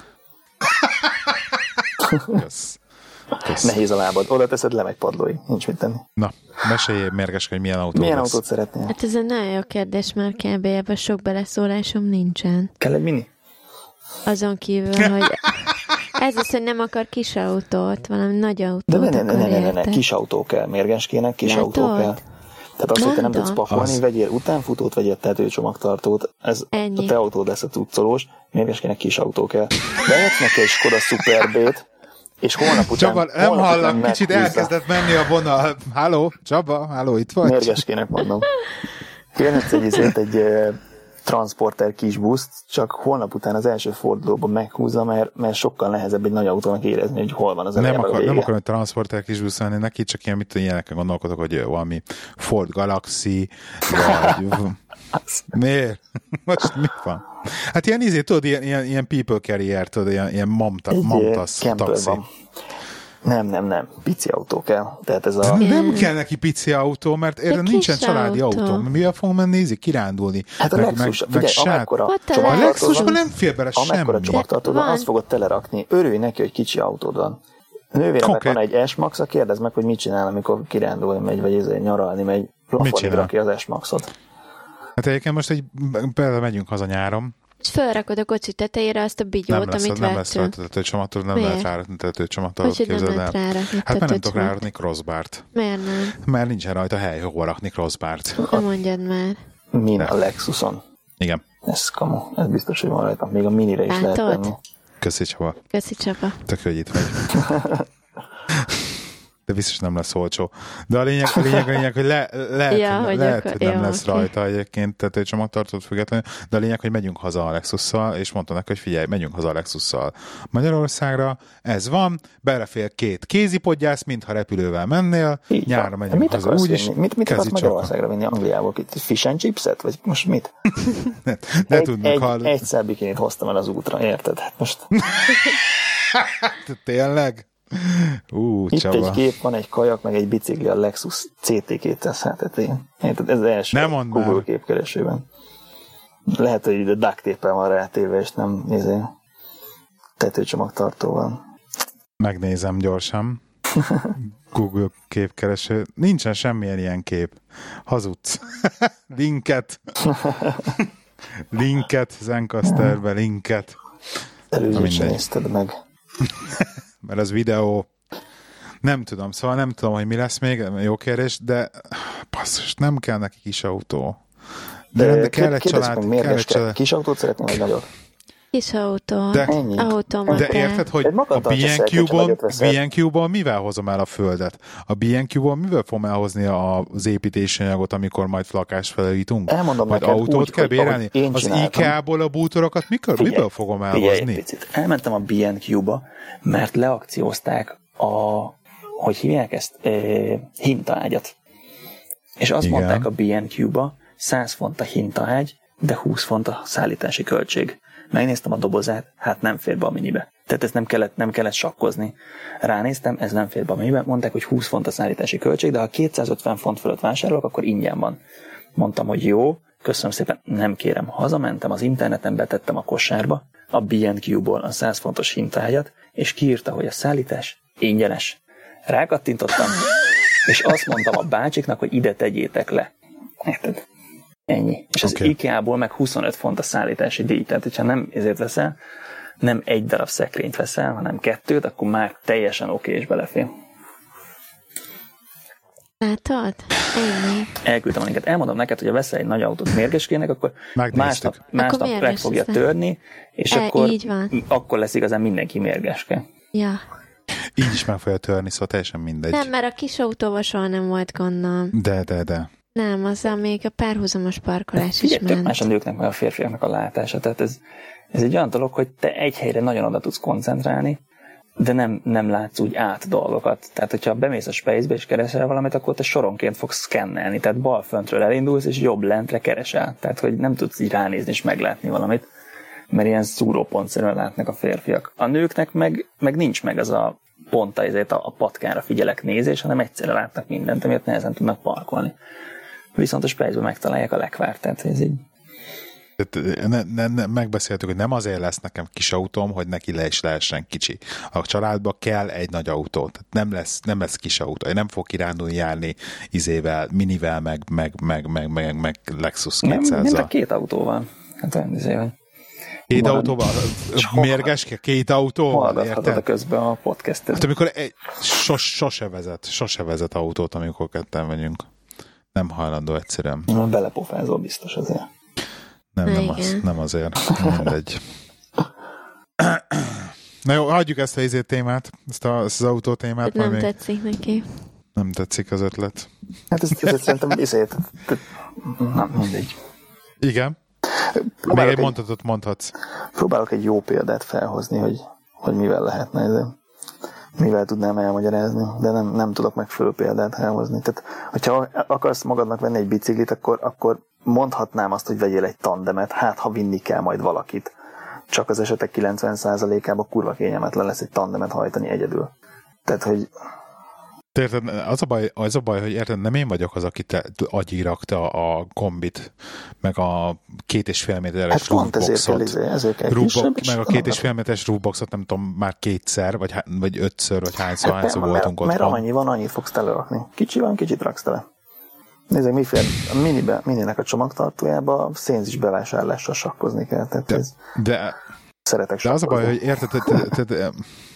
Kösz. Kösz.
Nehéz a lábad. Oda teszed, lemegy padlóig. Nincs mit tenni.
Na, meséljél mérges, hogy milyen autót
Milyen
lesz.
autót szeretnél?
Hát ez egy nagyon jó kérdés, mert kb. Ebben sok beleszólásom nincsen.
Kell egy mini?
Azon kívül, hogy ez az, hogy nem akar kis autót, valami nagy autót
De ne, ne,
akar
ne, ne, ne, ne,
érte.
kis autó kell. Mérgeskének kis
Látod?
autó kell. Tehát azt, hogy te nem
Mondom.
tudsz pakolni,
Az.
vegyél utánfutót, vegyél tetőcsomagtartót. Ez
Ennyi.
a te autód lesz a cuccolós, mérgeskének kis autó kell. Vehetsz neki egy Skoda Superb-t, és holnap után...
Csaba, nem
holnap után
hallak, kicsit
meghúzza.
elkezdett menni a vonal. Halló, Csaba, halló, itt vagy?
Mérgeskének mondom. Kérhetsz egy, izét, egy uh, transporter kis buszt, csak holnap után az első fordulóban meghúzza, mert, mert sokkal nehezebb egy nagy autónak érezni, hogy hol van az eleje,
Nem,
meg a
akar,
vége.
nem akarom, hogy transporter kis busz lenni neki, csak ilyen, mit tudom, ilyenekkel gondolkodok, hogy valami Ford Galaxy, vagy... Miért? Most mi van? Hát ilyen izé, tudod, ilyen, ilyen, ilyen people carrier, tudod, ilyen, ilyen mamta,
Egy
mamtasz
camper
taxi.
van. Nem, nem, nem. Pici autó kell. Tehát ez a...
Nem kell neki pici autó, mert erre
kis
nincsen családi
autó.
autó. Mivel fogom menni ízni, kirándulni?
Hát a
meg,
Lexus,
meg,
figyelj,
meg sát-
amekkora
Ott a
A
csomagtartód
Lexusban
van,
nem fér bele
amekkora
semmi.
csomagtartód van,
Van.
azt fogod telerakni. Örülj neki, hogy kicsi autód van. Nővéremnek
Konkrét.
van egy S-Max-a, kérdezd meg, hogy mit csinál, amikor kirándulni megy, vagy ezért nyaralni megy. Plafonig
csinál?
rakja az S-Maxot.
Hát egyébként most egy, például megyünk haza nyáron,
És felrakod a kocsi tetejére azt a
nem
bigyót,
lesz,
amit
nem lesz
vettünk.
rajta tetőcsomagtartó, nem
Miért?
lehet rárakni tetőcsomagtartót,
Hogy nem
képzeld
lehet
el.
rárakni
Hát mert nem tudok
tetőcsomag-
rárakni crossbart.
Miért nem?
Mert nincsen rajta hely, hova rakni crossbart.
Nem mondjad már.
Min a Lexuson.
Igen.
Ez kamu. Ez biztos, hogy van rajta. Még a minire is lehet
Látod?
tenni.
Köszi, Csaba.
Köszi, Csaba.
Tök, hogy itt vagy. De biztos nem lesz olcsó. De a lényeg, a lényeg, a lényeg hogy le, lehet,
Ja,
hogy,
hogy
lehet,
akkor-
hogy nem
jó,
lesz
oké.
rajta egyébként, tehát egy csomagtartót függetlenül, de a lényeg, hogy megyünk haza a Lexusszal, és mondta neki, hogy figyelj, megyünk haza a Lexusszal Magyarországra, ez van, belefér két kézipodgyász, mintha repülővel mennél,
Így
nyárra
van.
megyünk
Mit
haza
akarsz
úgyis,
vinni? Mit, mit akarsz
kezicsokon.
Magyarországra vinni Angliából? Itt fish and chipset? Vagy most mit?
Ne, ne
egy,
tudnak
egy,
hallani.
egyszer bikinit hoztam el az útra, érted? Hát most
Tényleg? Ú,
itt
Csaba.
egy kép, van egy kajak, meg egy bicikli a Lexus cé té kétszázhetven. Érted? Ez az első
Nem mondd
Google
már.
képkeresőben. Lehet, hogy ide duct tape-el van rátéve, és nem nézé, tetőcsomagtartóval.
Megnézem gyorsan. Google képkereső. Nincsen semmilyen ilyen kép. Hazudsz. Linket. Linket, Zencasterbe, linket.
Előzőt sem
mindegy.
nézted meg.
Mert az videó. Nem tudom, szóval nem tudom, hogy mi lesz még. Jó kérdés, de basszus, nem kell neki kis autó. De, de, de kell egy
kérdezzük
család.
meg,
Kell egy
mérges kell.
család.
Kis autót szeretnél, vagy nagyot?
Kis autó.
De-
Ennyi.
Automat.
De érted, hogy
Egy
a
magatartás
bé en
szerint, hogyha
cube-on,
nagyot veszel.
bé en cube-on mivel hozom el a földet? A bé en cube-on mivel fogom elhozni az építési anyagot, amikor majd lakást felújítunk?
Elmondom
Majd
neked
autót
úgy,
kell
hogy
bérelni?
ahogy én
Az
csináltam.
IKEA-ból a bútorokat mikor,
Figyelj,
miből fogom
Figyelj egy
elhozni?
picit. Elmentem a bé en cube-ba, mert leakciózták a, hogy hívják ezt, e, hintaágyat. És azt
Igen.
mondták a bé en cube-ba, száz font a hintaágy, de húsz font a szállítási költség. Megnéztem a dobozát, hát nem fér be a minibe. Tehát ezt nem kellett, nem kellett sakkozni. Ránéztem, ez nem fér be a minibe. Mondták, hogy húsz font a szállítási költség, de ha kétszázötven font fölött vásárolok, akkor ingyen van. Mondtam, hogy jó, köszönöm szépen, nem kérem. Hazamentem, az interneten betettem a kosárba a bé en cube-ból a száz fontos hintaágyat, és kiírta, hogy a szállítás ingyenes. Rákattintottam, és azt mondtam a bácsiknak, hogy ide tegyétek le. Érted? Ennyi. És az
Oké.
IKEA-ból meg huszonöt font a szállítási díj. Tehát, hogyha nem ezért veszel, nem egy darab szekrényt veszel, hanem kettőt, akkor már teljesen oké, és belefér.
Látod? Ennyi.
Elküldtem a linket. Elmondom neked, hogy ha veszel egy nagy autót mérgeskének, akkor
Megnéztük.
másnap, másnap
mérges
meg fogja
leszel.
törni, és
E,
akkor,
így van.
akkor lesz igazán mindenki mérgeske.
Ja.
Így is meg fogja törni, szóval teljesen mindegy.
Nem, mert a kis autóval soha nem volt gondom.
De, de, de.
Nem, azzal még a párhuzamos parkolás is
Figyelj, tök
ment.
más a nőknek, meg a férfiaknak a látása. Tehát ez, ez egy olyan dolog, hogy te egy helyre nagyon oda tudsz koncentrálni, de nem, nem látsz úgy át dolgokat. Tehát, hogyha bemész a Space-be és keresel valamit, akkor te soronként fogsz szkennelni. Tehát bal föntről elindulsz, és jobb lentre keresel. Tehát, hogy nem tudsz így ránézni és meglátni valamit, mert ilyen szúrópontszerűen látnak a férfiak. A nőknek meg, meg nincs meg az a pont azért a, a patkára figyelek nézés, hanem egyszerre látnak mindent, amiért nehezen tudnak parkolni. Viszont a Spryce-ben megtalálják a lekvárt, tehát ez így.
Ne, ne, ne, megbeszéltük, hogy nem azért lesz nekem kis autóm, hogy neki le is lehessen kicsi. A családba kell egy nagy autó. Tehát nem lesz, nem lesz kis autó. Én nem fog kirándulni járni izével, minivel, meg, meg, meg, meg, meg, meg Lexus kétszázzal.
Nem, nem két autó van. Hát olyan izével.
Két autóval? Mérges? Két autóval?
Hallgathatod a közben a podcastet.
Hát amikor egy, sos, sose vezet, sose vezet autót, amikor ketten vagyunk. Nem hajlandó egyszerűen.
Nem, belepofázol biztos azért.
Nem, nem, az, nem azért. Mindegy. Na jó, hagyjuk ezt a izé témát, ezt, a, ezt az autó témát.
Nem
még...
tetszik neki.
Nem tetszik az ötlet.
Hát ez, ez szerintem izét. Nem, mindegy.
Igen. Próbálok még egy mondatot mondhatsz.
Próbálok egy jó példát felhozni, hogy, hogy mivel lehetne ez. Mivel tudnám elmagyarázni, de nem, nem tudok megfelelő példát elhozni. Tehát, hogyha akarsz magadnak venni egy biciklit, akkor, akkor mondhatnám azt, hogy vegyél egy tandemet, hát ha vinni kell majd valakit. Csak az esetek kilencven százalékában kurva kényelmetlen lesz egy tandemet hajtani egyedül. Tehát, hogy...
Érted, az a baj, az a baj, hogy érted, nem én vagyok az, aki te agyírakta a kombit, meg a két és fél méteres
hát
roofboxot.
Ezért ezért kell
Roofbox, meg a két és fél méteres roofboxot nem tudom, már kétszer, vagy, vagy ötször, vagy hányszor, hát, hányszor voltunk ott.
Mert amennyi van, annyit fogsz telerakni. Kicsi van, kicsit raksz tele. Nézzük, miféle, a minibe, mininek a csomagtartójába szénzis bevásárlással sakkozni kell. Tehát
de,
ez,
de,
szeretek
de az a baj, hogy érted, te, te, te, te,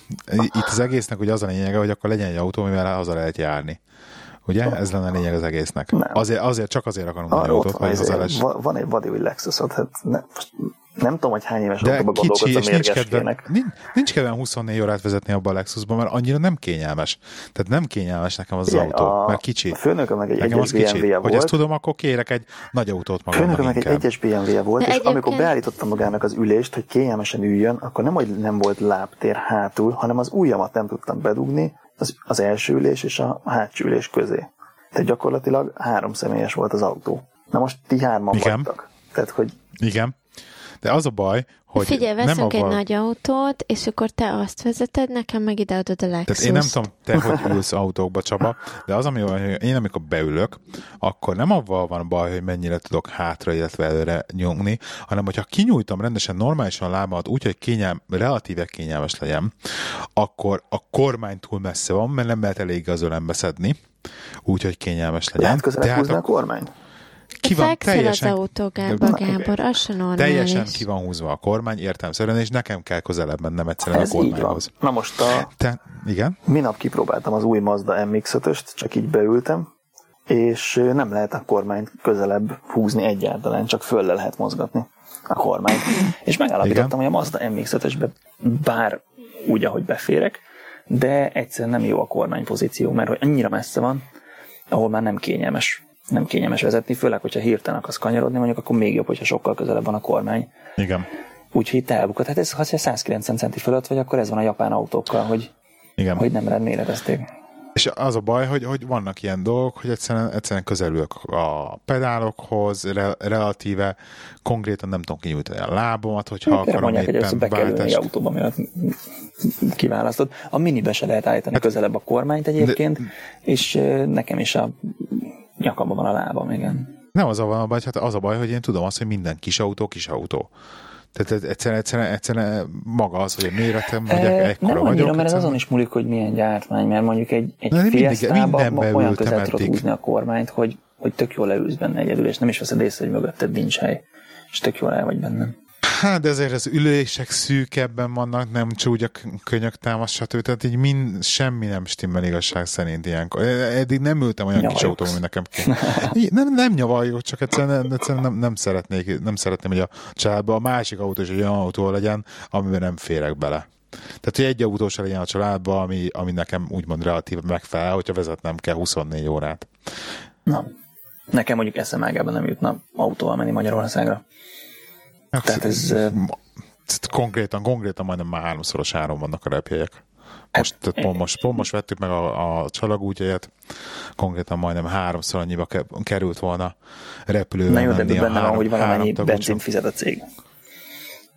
itt az egésznek ugye az a lényege, hogy akkor legyen egy autó, mivel haza lehet járni. Ugye? Ez lenne a lényeg az egésznek. Azért, azért, csak azért akarunk egy autót, hogy haza lesz.
Van egy vadi új Lexusod, hát ne, nem tudom, hogy hány éves
autóban
gondolkodsz a mérgeskének.
Nincs, nincs kedvem huszonnégy órát vezetni abban a Lexusban, mert annyira nem kényelmes. Tehát nem kényelmes nekem az, az autó, a, mert kicsi.
A főnököm meg egy egyes bé em vé-je volt.
Hogy ezt tudom, akkor kérek egy nagy autót magamnak.
Főnököm meg egy egyes bé em vé-je volt, de és egyébként... amikor beállítottam magának az ülést, hogy kényelmesen üljön, akkor nem, hogy nem volt lábtér hátul, hanem az ujjamat nem tudtam bedugni az, az első ülés és a hátsó ülés közé. Tehát gyakorlatilag három személyes volt az autó. Na most ti hárman
Igen.
vagytak. Tehát, hogy...
Igen. De az a baj, hogy
figyelj, veszünk
nem
egy
a...
nagy autót, és akkor te azt vezeted, nekem meg ide adod a Lexus.
Tehát én nem tudom, te hogy ülsz autókba, Csaba, de az, ami van, hogy én amikor beülök, akkor nem avval van a baj, hogy mennyire tudok hátra, illetve előre nyomni, hanem hogyha kinyújtom rendesen normálisan a lábamat úgy, hogy kényelm, relatíve kényelmes legyen, akkor a kormány túl messze van, mert nem lehet elég gazölembe szedni, úgy, hogy kényelmes legyen.
Lehet közelebb húzni a kormány?
Ki van teljesen,
az autógába, Gábor, az se normális.
Teljesen ki van húzva a kormány, értelemszerűen, és nekem kell közelebb mennem egyszerűen
ez
a kormányhoz.
Na most a...
Te, igen?
Minap kipróbáltam az új Mazda em iksz ötöst, csak így beültem, és nem lehet a kormányt közelebb húzni egyáltalán, csak fölle lehet mozgatni a kormányt. És megállapítottam, igen? Hogy a Mazda em iksz ötösbe bár úgy, ahogy beférek, de egyszerűen nem jó a kormánypozíció, mert hogy annyira messze van, ahol már nem kényelmes. Nem kényelmes vezetni, főleg, hogyha hirtelen akarsz kanyarodni, mondjuk, akkor még jobb, hogyha sokkal közelebb van a kormány.
Igen.
Úgyhogy te elbukod. Hát ez, ha száz kilencven centi fölött vagy, akkor ez van a japán autókkal, hogy,
igen.
hogy nem rád méretezték.
És az a baj, hogy, hogy vannak ilyen dolgok, hogy egyszerűen, egyszerűen közelülök a pedálokhoz, re, relatíve konkrétan nem tudom kinyújtani a lábomat, hogyha
Én
akarom
mondják,
éppen
hogy be kell ülni egy autóba, miatt kiválasztod. A minibe se lehet állítani hát, közelebb a kormányt egyébként, de, és nekem is a nyakamban van a lábam, igen.
Nem az a van a baj, hát az a baj, hogy én tudom azt, hogy minden kis autó, kis autó. Tehát egyszerűen, egyszerűen, egyszerűen maga az, hogy a méretem, vagy e, ekkora
nem
vagyok.
Nem mert ez azon is múlik, hogy milyen gyártmány, mert mondjuk egy, egy Fiestában olyan közel tudod húzni a kormányt, hogy, hogy tök jól leülsz benne egyedül, és nem is veszed észre, hogy mögötted nincs hely, és tök jól el vagy benne.
Hát, de ezért az ülések szűkebben vannak, nem csúgyak, könyök támasz, stb. Tehát így mind, semmi nem stimmel igazság szerint ilyenkor. Eddig nem ültem olyan Nyavajogsz. Kis autó, ami nekem kéne. Nem, nem nyavajok, csak egyszerűen, egyszerűen nem, nem, szeretnék, nem szeretném, hogy a családban a másik autó is egy olyan autó legyen, amiben nem férek bele. Tehát, hogy egy autó se legyen a családban, ami, ami nekem úgymond relatív megfelel, hogyha vezetnem kell huszonnégy órát.
Na, nekem mondjuk eszemágában nem jutna autóval menni Magyarországra. Tehát ez...
Konkrétan, konkrétan majdnem már háromszoros áron vannak a repjegyek. Most, tehát pont, most, pont most vettük meg a, a csalagútjegyet, konkrétan majdnem háromszor annyiba került volna repülővel.
Na jó, de benne van, hogy valamennyi benzint fizet a cég.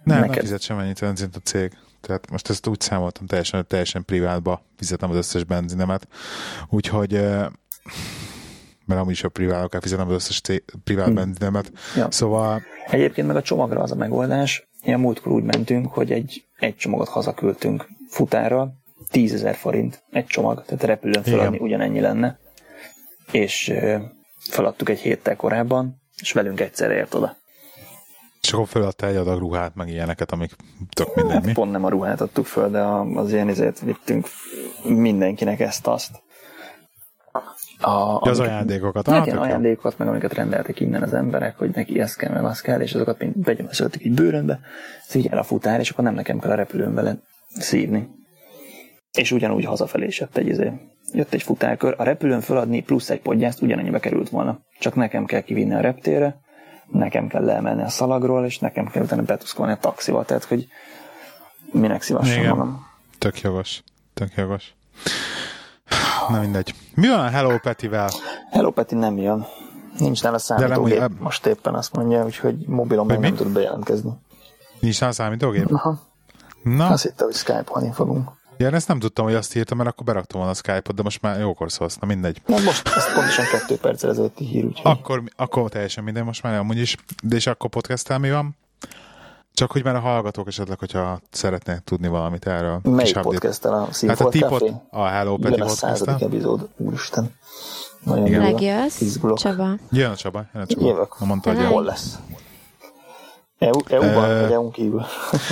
Nem, neked... nem fizet sem ennyit benzint a cég. Tehát most ezt úgy számoltam teljesen, hogy teljesen privátba fizetem az összes benzinemet. Úgyhogy, mert amúgy is a privátokká fizetem az összes cég, privát hmm. benzinemet. Ja. Szóval...
Egyébként meg a csomagra az a megoldás. Ilyen múltkor úgy mentünk, hogy egy, egy csomagot hazaküldtünk futára, tízezer forint egy csomag, tehát repülőn feladni ugyanennyi lenne. És feladtuk egy héttel korábban, és velünk egyszerre ért oda.
És akkor feladta egy adag ruhát, meg ilyeneket, amik tök minden, hát mi?
Pont nem a ruhát adtuk föl, de az ilyen izét vittünk mindenkinek ezt-azt.
A, az ajándékokat.
Hát ilyen ajándékokat, meg amiket rendeltek innen az emberek, hogy neki ez kell, meg az kell, és azokat mind begyomaszoltuk egy bőrönbe, szígyel a futár, és akkor nem nekem kell a repülőn vele szívni. És ugyanúgy hazafelé is jött egy izé. Jött egy futárkör, a repülőn föladni plusz egy podgyászt ugyanennyibe került volna. Csak nekem kell kivinni a reptérre, nekem kell leemelni a szalagról, és nekem kell utána betuszkolni a taxival, tehát hogy minek szívassam magam.
Tök jogos, tök jogos. Na mindegy. Mi van a Hello Petivel?
Hello Peti nem jön. Nincs nála számítógép, nem, most éppen azt mondja, úgyhogy mobilon meg nem tud bejelentkezni.
Nincs nála számítógép?
Aha.
Na.
Azt hittem, hogy Skype-olni fogunk.
Ja, ezt nem tudtam, hogy azt írtam, mert akkor beraktam volna a Skype-ot, de most már jókor szólsz, na mindegy.
Na most, ezt pontosan kettő perccel ezelőtti hír, úgyhogy...
Akkor, akkor teljesen minden, most már amúgy is. De és akkor podcasttel mi van? Csak hogy már a hallgatók esetleg, hogyha szeretnék tudni valamit erről.
Melyik podcasttel? A Színfolt
hát a Café? A Hello Peti podcasttel.
Jön a századik epizód, úristen.
Nagyon megjössz, Csaba.
Jön a Csaba, jön a Csaba.
Jövök.
Na, mondta, hogy
hol lesz? é u-ban, e... vagy é u-n kívül?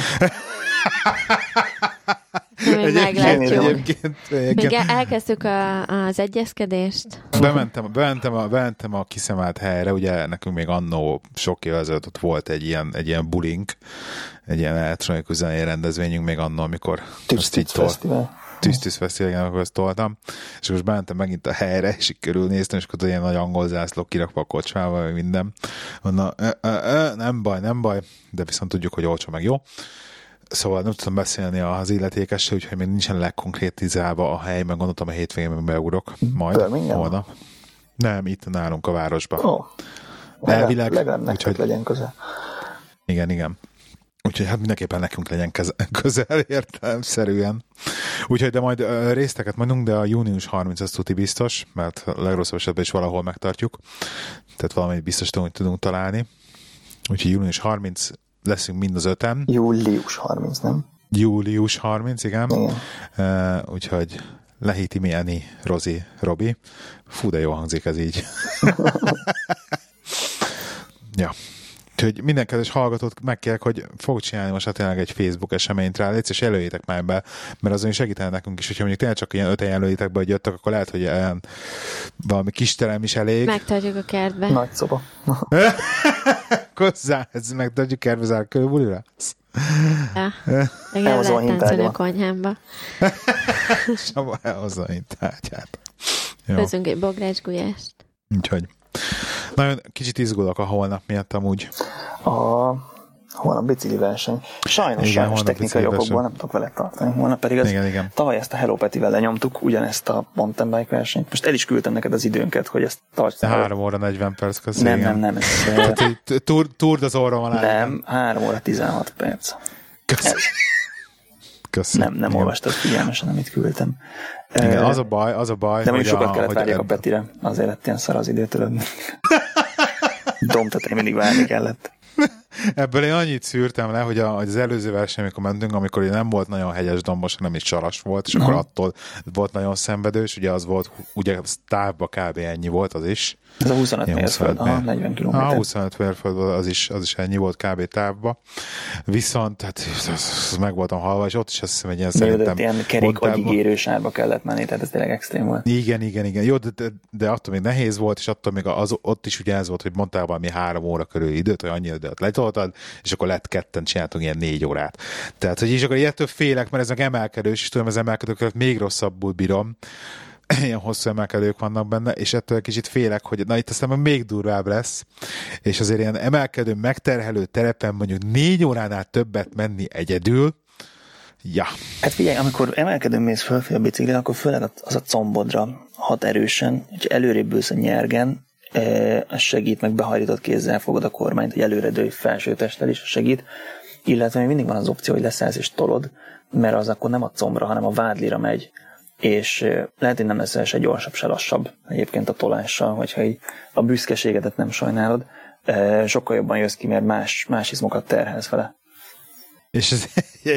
Meglátjuk. Egyébként, egyébként. Még elkezdtük a, az egyezkedést.
Bementem, bementem, a, bementem a kiszemelt helyre, ugye nekünk még annó sok évvel ezelőtt ott volt egy ilyen, egy ilyen bulink, egy ilyen elektronikus zenei rendezvényünk még annó, amikor
Tűz-Tűz Fesztivál.
Tűz-Tűz Fesztivál, amikor ezt toltam, és most bementem megint a helyre, és így körülnéztem, és akkor ilyen nagy angol zászló kirakva a kocsmával, meg minden. Mondom, nem baj, nem baj, de viszont tudjuk, hogy olcsó meg jó. Szóval nem tudtam beszélni az illetékessel, úgyhogy még nincsen legkonkrétizálva a hely, meg gondoltam a hétvégén beugrok majd holnap. Nem, itt nálunk a városban.
Oh. Elvileg. Legalább nektek úgyhogy... legyen közel.
Igen, igen. Úgyhogy hát mindenképpen nekünk legyen közel értelemszerűen. Úgyhogy de majd uh, részteket mondunk, de a június harmincadikáig az tuti biztos, mert a legrosszabb esetben is valahol megtartjuk. Tehát valamit biztos tudunk találni. Úgyhogy június harmincadikáig leszünk mind az öten.
Július harmincadikáig, nem?
Július harmincadikáig, igen.
igen.
Uh, úgyhogy Lehiti, Mieni, Rozi, Robi. Fú, de jó hangzik ez így. Ja. Úgyhogy minden kedves hallgatót megkérek, hogy fogok csinálni most hát tényleg egy Facebook eseményt rá, légy, és jelöljétek már be, mert azon segítene nekünk is, hogyha mondjuk tényleg csak ilyen öten jelöljétek be, hogy jöttek, akkor lehet, hogy ilyen valami kis terem is elég.
Megtartjuk a kertbe.
Nagy szoba.
Hozzá, ez megtartjuk kertbe zár körülbelül?
Ja, meg el lehet táncolni a konyhámba.
Saba elhozza a hintárgyát.
Közünk egy bogrács-gulyást.
Úgyhogy. Nagyon kicsit izgulok a holnap miatt amúgy.
A holnap bicikli verseny. Sajnos, igen, sajnos technikai okokból nem tudok vele tartani. Holnap pedig az,
igen, igen.
Tavaly ezt a Hello Petivel lenyomtuk, ugyanezt a mountain bike versenyt. Most el is küldtem neked az időnket, hogy ezt tartsd.
három óra negyven perc közül.
Nem, nem, nem.
Túrd az óra van.
Nem, három óra tizenhat perc.
Köszönöm. Köszönöm.
Nem, nem olvastad figyelmesen, amit küldtem.
Igen, az a baj, az a baj.
De mondjuk sokat kellett várjak a Petire, azért lett ilyen szar az időtől. Domtatni mindig várni kellett.
Ebből én annyit szűrtem le, hogy, a, hogy az előző verseny, amikor mentünk, amikor nem volt nagyon hegyes dombos, hanem is csalas volt, és akkor attól volt nagyon szenvedős, ugye az volt, ugye távba kb. Ennyi volt az is.
Ez a huszonöt mérföld, aha, negyven kilométer.
A huszonöt mérföld az is, az is ennyi volt kb. Távba. Viszont, hát az meg voltam halva, és ott is azt hiszem, egy ilyen szerintem...
Jó, ilyen kerék agyigérő sárba kellett menni, tehát ez tényleg extrém volt.
Igen, igen, igen. Jó, de, de, de attól még nehéz volt, és attól még az, ott is ugye ez volt, hogy mondtál valami három óra körül időt, hogy annyi időt letoltad, és akkor lett ketten csináltunk ilyen négy órát. Tehát, hogy és akkor ilyettől félek, mert ez meg emelkedős, és tudom, az emelkedőket még rosszabbul bírom. Ilyen hosszú emelkedők vannak benne, és ettől kicsit félek, hogy na itt aztán még durvább lesz, és azért ilyen emelkedő, megterhelő terepen mondjuk négy óránál többet menni egyedül, ja.
Hát figyelj, amikor emelkedőn mész fölfelé a biciklin, akkor főleg az a combodra hat erősen, hogy előrébb ülsz a nyergen, ez segít, meg behajított kézzel fogod a kormányt, hogy előre dőj felső testtel is segít, illetve még mindig van az opció, hogy leszállsz és tolod, mert az akkor nem a combra, hanem a vádlira megy, és lehet, hogy nem leszel se gyorsabb, se lassabb egyébként a tolással, hogyha így a büszkeségedet nem sajnálod, sokkal jobban jössz ki, mert más, más izmokat terhelsz vele.
És ez,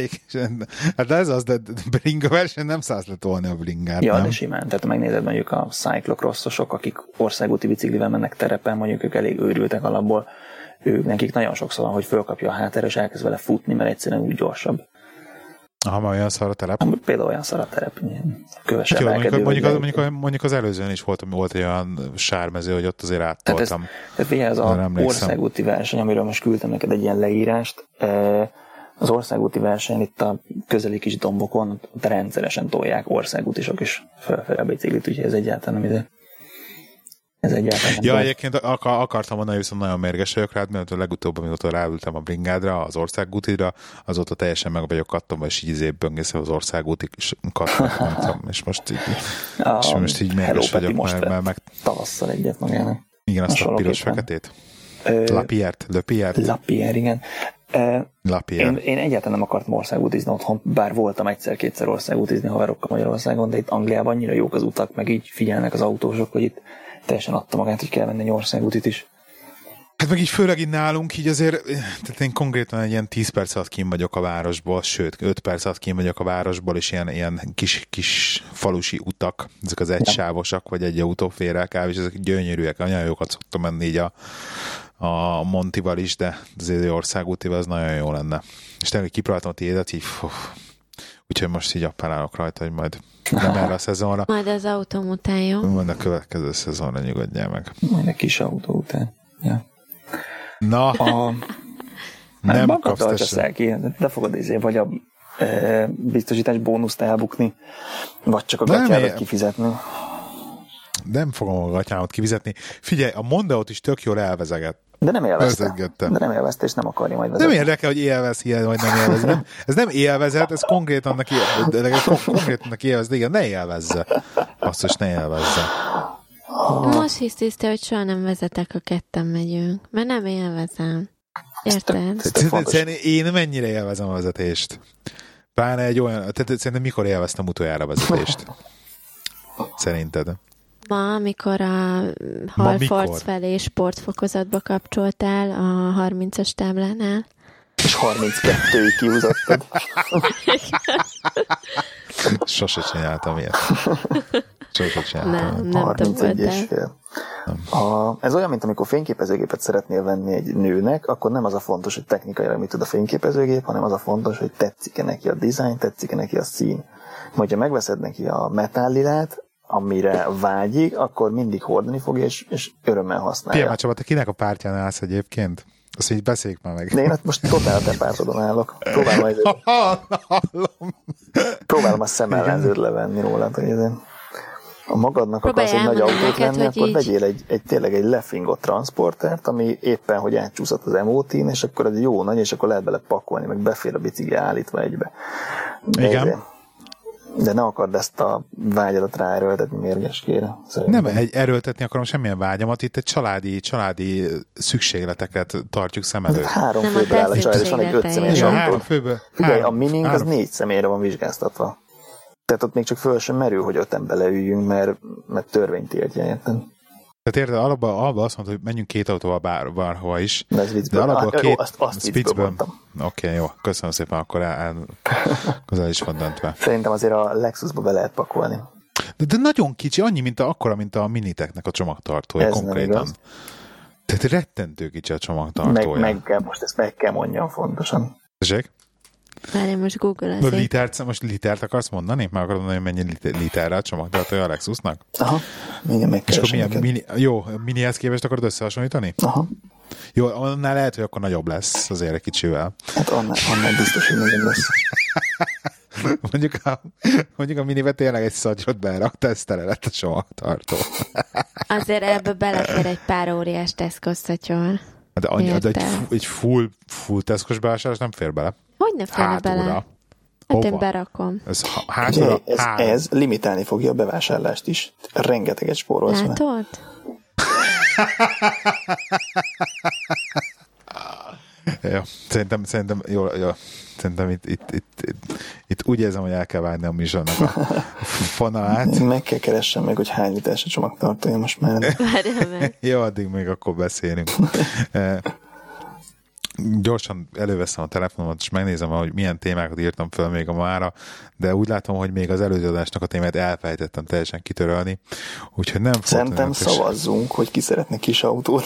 hát ez az, de bringa verseny nem szállsz letolni a bringát,
ja,
nem?
de simán. Tehát megnézed mondjuk a cyclocrossosok, akik országúti biciklivel mennek terepen, mondjuk ők elég őrültek alapból, ők nekik nagyon sokszor van, hogy fölkapja a hátára, és elkezd vele futni, mert egyszerűen úgy gyorsabb.
Aha, már olyan szar a telep?
Például olyan szar a telep, kövesen
Jó,
elkedő.
mondjuk, az, mondjuk, mondjuk az előzőn is volt, volt egy olyan sármező, hogy ott azért áttoltam.
Tehát figyelj, ez az országúti verseny, amiről most küldtem neked egy ilyen leírást. Az országúti verseny itt a közeli kis dombokon rendszeresen tolják országútisok is felfelé a biciklit, úgyhogy ez egyáltalán nem ide. Ez egyáltalán nem.
Ja, egyébként akar, akartam mondani, hogy viszont nagyon mérges vagyok rád, mert a legutóbb, amikor ráültem a bringádra, az országútira, azóta teljesen meg vagyok kattomba, és így izébb böngészve az országúti kattomba, és most így, a, és most így mérges vagyok.
Most
mert, mert meg...
tavasszal egyet magának.
Igen, azt a piros-feketét? Lapierre, Le Pierre.
Lapierre, igen.
Lapierre.
Én, én egyáltalán nem akartam országútizni otthon, bár voltam egyszer-kétszer országútizni haverokkal Magyarországon, de itt Angliában annyira jók az utak, meg így figyelnek az autósok, hogy itt teljesen adta magát, hogy kell venni egy országútit is.
Hát meg így főleg itt nálunk, így azért, tehát én konkrétan egy ilyen tíz perc alatt kín vagyok a városból, sőt, öt perc alatt kín vagyok a városból, és ilyen, ilyen kis, kis falusi utak, ezek az egysávosak, vagy egy autóférrel kb. És ezek gyönyörűek, nagyon jókat szoktam menni így a, a Montival is, de azért országútival az nagyon jó lenne. És tényleg kipróbáltam a tiédet, így fú, úgyhogy most így appellálok rajta, hogy majd nem erre a szezonra.
Majd az autóm után, jó?
Majd a következő szezonra nyugodjál meg.
Majd a kis autó után. Ja.
Na,
a...
nem
hát
kapsz
tessen. Ki, de fogod izé, vagy a e, biztosítás bónuszt elbukni, vagy csak a gatyádat kifizetni.
Nem fogom a gatyámat kifizetni. Figyelj, a Mondeót is tök jól elvezeget.
De nem élvezte. De nem élvezte, és nem akarja majd vezetni.
Nem érdekel, hogy élvez, vagy nem élvez. Nem, ez nem élvezet, ez konkrétan neki, konkrétan neki élvez, de igen, ne élvezze. Azt is ne élvezze.
Most hisztiszte, hogy soha nem vezetek, a ketten megyünk, mert nem élvezem. Érted?
Én mennyire élvezem a vezetést? Pláne egy olyan, tehát szerintem mikor élveztem utoljára a vezetést? Szerinted?
Ma, amikor a Halfords felé sportfokozatba kapcsoltál a harmincas táblánál.
És harminckettőig kihúzottad.
Sose csináltam ilyet. Sose csináltam.
Nem, nem
harmincegy és fél. A, ez olyan, mint amikor fényképezőgépet szeretnél venni egy nőnek, akkor nem az a fontos, hogy technikailag mit tud a fényképezőgép, hanem az a fontos, hogy tetszik-e neki a dizájn, tetszik-e neki a szín. Majd, ha megveszed neki a metállilát, amire vágyik, akkor mindig hordani fogja, és, és örömmel használja.
Pia, Csaba, te kinek a pártján állsz egyébként? Azt így beszéljük már meg.
De én hát most totál te pártodon állok. Próbálom, egy... Próbálom a szemellenzőt levenni rólad, hogy ezen a magadnak akarsz egy nagy autót venni, akkor így... vegyél egy, egy, tényleg egy lefingott transportert, ami éppen, hogy átcsúszott az em o té-n, és akkor ez jó nagy, és akkor lehet bele pakolni, meg befér a bicikli állítva egybe. De
igen.
Ezért... De ne akard ezt a vágyadat ráerőltetni mérgeskére.
Nem egy erőltetni akarom semmilyen vágyamat, itt egy családi, családi szükségleteket tartjuk szem előtt.
Három főből áll a család, és van egy öt személyes autó.
Három főből.
Figyelj, a minink az négy személyre van vizsgáztatva. Tehát ott még csak föl sem merül, hogy öten beleüljünk, mert, mert törvényt tiltja, érted?
Tehát érted, alapban, alapban azt mondta, hogy menjünk két autóval bár, bárhova is.
De ez viccből.
De alapban
ah,
két...
Jó, azt, azt viccből mondtam.
Oké, okay, jó. Köszönöm szépen, akkor el, el, közel is van döntve.
Szerintem azért a Lexusba be lehet pakolni.
De, de nagyon kicsi, annyi, mint a, akkora, mint a Miniteknek a csomagtartója
ez
konkrétan. Tehát rettentő kicsi a csomagtartója.
Meg, meg kell, most ezt meg kell mondjam fontosan.
Tessék?
Várj, most Google-ezzék.
Litert, most litert akarsz mondani? Meg akarod mondani, hogy mennyi literre a csomagtartója a Lexusnak?
Aha, igen, megkeresem.
Mini, jó, minihez képest akarod összehasonlítani?
Aha.
Jó, annál lehet, hogy akkor nagyobb lesz azért egy kicsivel.
Hát annál, annál biztos, hogy nagyobb lesz.
mondjuk, a, mondjuk a minibe tényleg egy szagyrot berakta, ez tele lett a csomagtartó.
Azért ebbe belefér egy pár óriás Tesco-szatyor.
De, annyi, de egy, egy full, full Tesco-s bevásárlás nem fér bele.
Hogy ne férne bele? Hát én berakom.
Ez, hátra,
ez, ez limitálni fogja a bevásárlást is. Rengeteget spórolsz.
Látod?
Jó, szerintem, szerintem, jó, jó, szerintem itt, itt, itt, itt, itt úgy érzem, hogy el kell vágni a műsornak a fonalát.
Meg kell keressem meg, hogy hány literes a csomagtartója most már.
Jó, addig még akkor beszélünk. Gyorsan előveszem a telefonomat, és megnézem, hogy milyen témákat írtam föl még a mára, de úgy látom, hogy még az előző adásnak a témát elfelejtettem teljesen kitörölni, úgyhogy nem
Szerintem szavazzunk, és... hogy ki szeretne kis autót.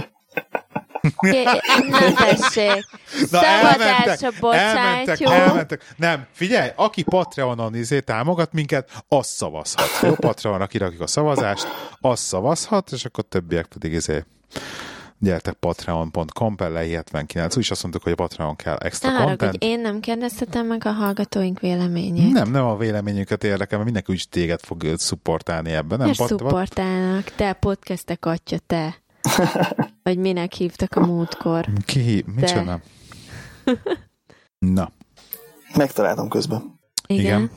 Nem tessék. Szavazásra bocsátjuk.
Elmentek. Nem, figyelj, aki Patreonon izé támogat minket, az szavazhat. Jó, Patreonra kirakjuk a szavazást, az szavazhat, és akkor többiek pedig izé gyertek patreon pont com per lei hetvenkilenc. Úgyis azt mondtuk, hogy a Patreon kell extra
ne
content.
Arra, hogy én nem kérdeztetem meg a hallgatóink véleményét.
Nem, nem a véleményüket érdekel, mert mindenki úgy téged fog szupportálni ebben. Nem,
és pat- szupportálnak. Te podcastek atya, te. Vagy minek hívtak a múltkor.
Ki hív? Mit csinál? Na.
Megtaláltam közben.
Igen. Igen.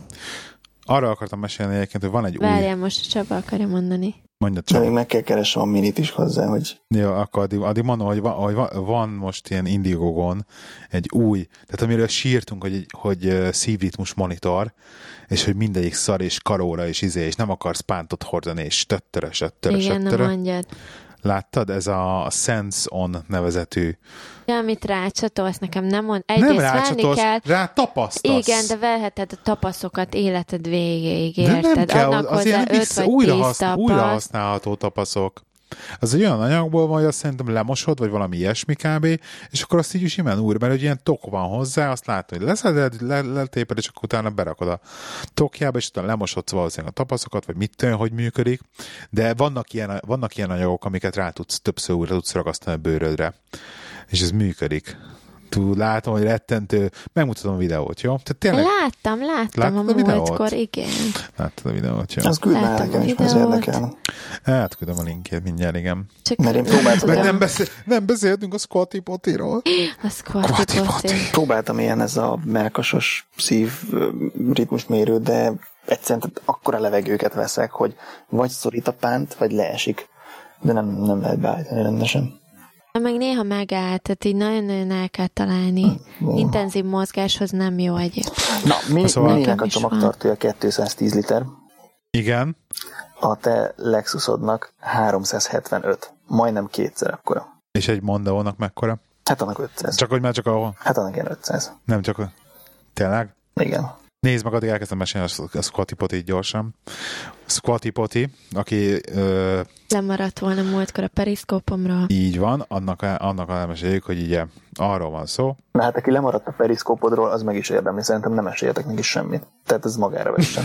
Arra akartam mesélni egyébként, hogy van egy
Várjál,
új...
Várjál, most Csaba akarja mondani.
Mondja csak.
De még meg kell keresem a minit is hozzá, hogy...
Jó, akkor addig, addig mondom, hogy van, hogy van most ilyen Indiegogon egy új, tehát amiről sírtunk, hogy, hogy szívritmus monitor, és hogy mindegyik szar és karóra és izé, és nem akarsz pántot hordani, és töttöre, söttöre,
igen,
söttöre.
nem mondjad.
Láttad? Ez a Sense On nevezetű.
Ja, amit rácsatolsz, nekem nem mond. Egyrészt
nem rácsatolsz,
kell.
Rá tapasztasz.
Igen, de veheted a tapaszokat életed végéig, érted?
De nem kell,
adnak
az
hozzá
ilyen
öt
vissza,
vagy
újra,
tíz
hasz,
tapasz.
újra használható tapaszok. Az egy olyan anyagból van, hogy azt szerintem lemosod, vagy valami ilyesmi kb. És akkor azt így is imán úr, mert egy ilyen tok van hozzá, azt látod, hogy leszeded, le, letéped, és akkor utána berakod a tokjába, és utána lemosodsz valószínűleg a tapaszokat, vagy mit tudom, hogy működik. De vannak ilyen, vannak ilyen anyagok, amiket rá tudsz, többször újra tudsz ragasztani a bőrödre. És ez működik. Tú, látom, hogy rettentő. Megmutatom a videót, jó? Tehát tényleg...
Láttam, láttam a, a múltkor, igen.
Láttad a videót, jó?
Az küld már nekem is, az érdekel.
Átküldöm a linkjét mindjárt, igen.
Csak mert én próbáltam...
Mert nem, beszél, nem beszéltünk a Squatty Pottyról.
A Squatty Potty.
Próbáltam ilyen ez a melkasos szív ritmusmérő, de egyszerűen akkora levegőket veszek, hogy vagy szorít a pánt, vagy leesik. De nem, nem lehet beállítani rendesen.
Meg néha megállt, tehát így nagyon-nagyon el kell találni. Mm. Intenzív mozgáshoz nem jó egyébként.
Na, mi, szóval mininek a csomagtartója kétszáztíz liter.
Igen.
A te Lexusodnak háromszázhetvenöt. Majdnem kétszer akkora.
És egy Mondeónak mekkora?
Hát annak ötszáz.
Csak hogy már csak ahol?
Hát annak ilyen ötszáz.
Nem csak a... Tényleg?
Igen.
Nézd meg, addig elkezdtem mesélni a Squatty Potty gyorsan. Squatty Potty, aki... Ö,
lemaradt volna múltkor a periszkópomról.
Így van, annak, annak elmeséljük, hogy ugye arról van szó.
Na hát, aki lemaradt a periszkópodról, az meg is érdemli. Szerintem nem esélyetek meg is semmit. Tehát ez magára vessen.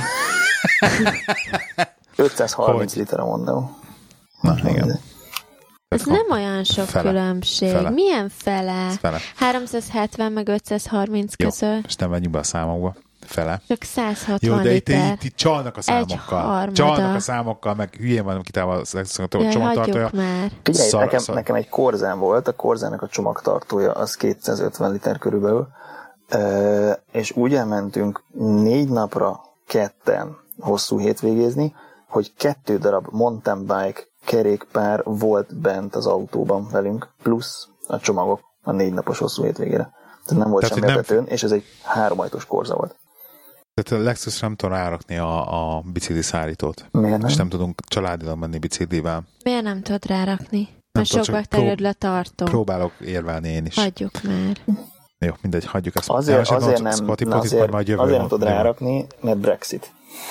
ötszázharminc hogy? Liter a Mondeo.
Na, igen.
Ez nem olyan sok fele. Különbség. Fele. Milyen fele? fele? háromszázhetven meg ötszázharminc között.
Jó, és nem menjünk be a számokba. Fele.
Csak száz hatvan
Jó, de itt,
liter.
itt, itt csalnak a számokkal. Csalnak a számokkal, meg hülyén van kitálva a csomagtartója.
Már.
Figyelj, szar, nekem, szar. nekem egy Corzán volt, a Corzának a csomagtartója az kétszázötven liter körülbelül, uh, és úgy elmentünk négy napra ketten hosszú hétvégézni, hogy kettő darab mountain bike kerékpár volt bent az autóban velünk, plusz a csomagok a négy napos hosszú hétvégére. Tehát nem volt semmi nem... és ez egy háromajtós Corza volt.
Tehát a Lexus nem tudom rárakni a, a bicikli szállítót.
Miért nem?
És nem tudunk családilag menni biciklivel.
Miért nem tudod rárakni? Mert sokba terjed le tartom.
Próbálok érvelni én is.
Hagyjuk már.
Jó, mindegy, hagyjuk ezt.
Azért, azért nem,
Spotify,
na azért,
majd
azért nem tudod rárakni, mert Brexit.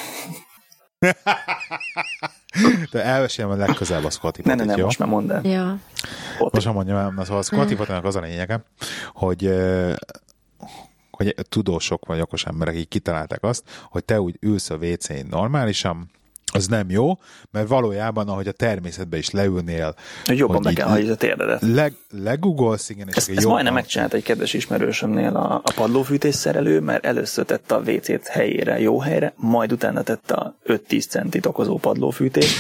De elvesélem a legközelebb a Squatty Pottyt,
jó? Nem, nem, most már mondd el.
Ja.
Most már mondjam el, szóval a Squatty Pottynak az a lényege, hogy, hogy tudósok vagy okos emberek így kitalálták azt, hogy te úgy ülsz a vé cén normálisan, az nem jó, mert valójában, ahogy a természetben is leülnél...
Jobban be kell hagyni a térdedet.
Leg, legugolsz, igen, és
ezt, ezt majdnem megcsinált egy kedves ismerősömnél a, a padlófűtés szerelő, mert először tette a vé cét helyére, jó helyre, majd utána tette a öt-tíz centit okozó padlófűtést.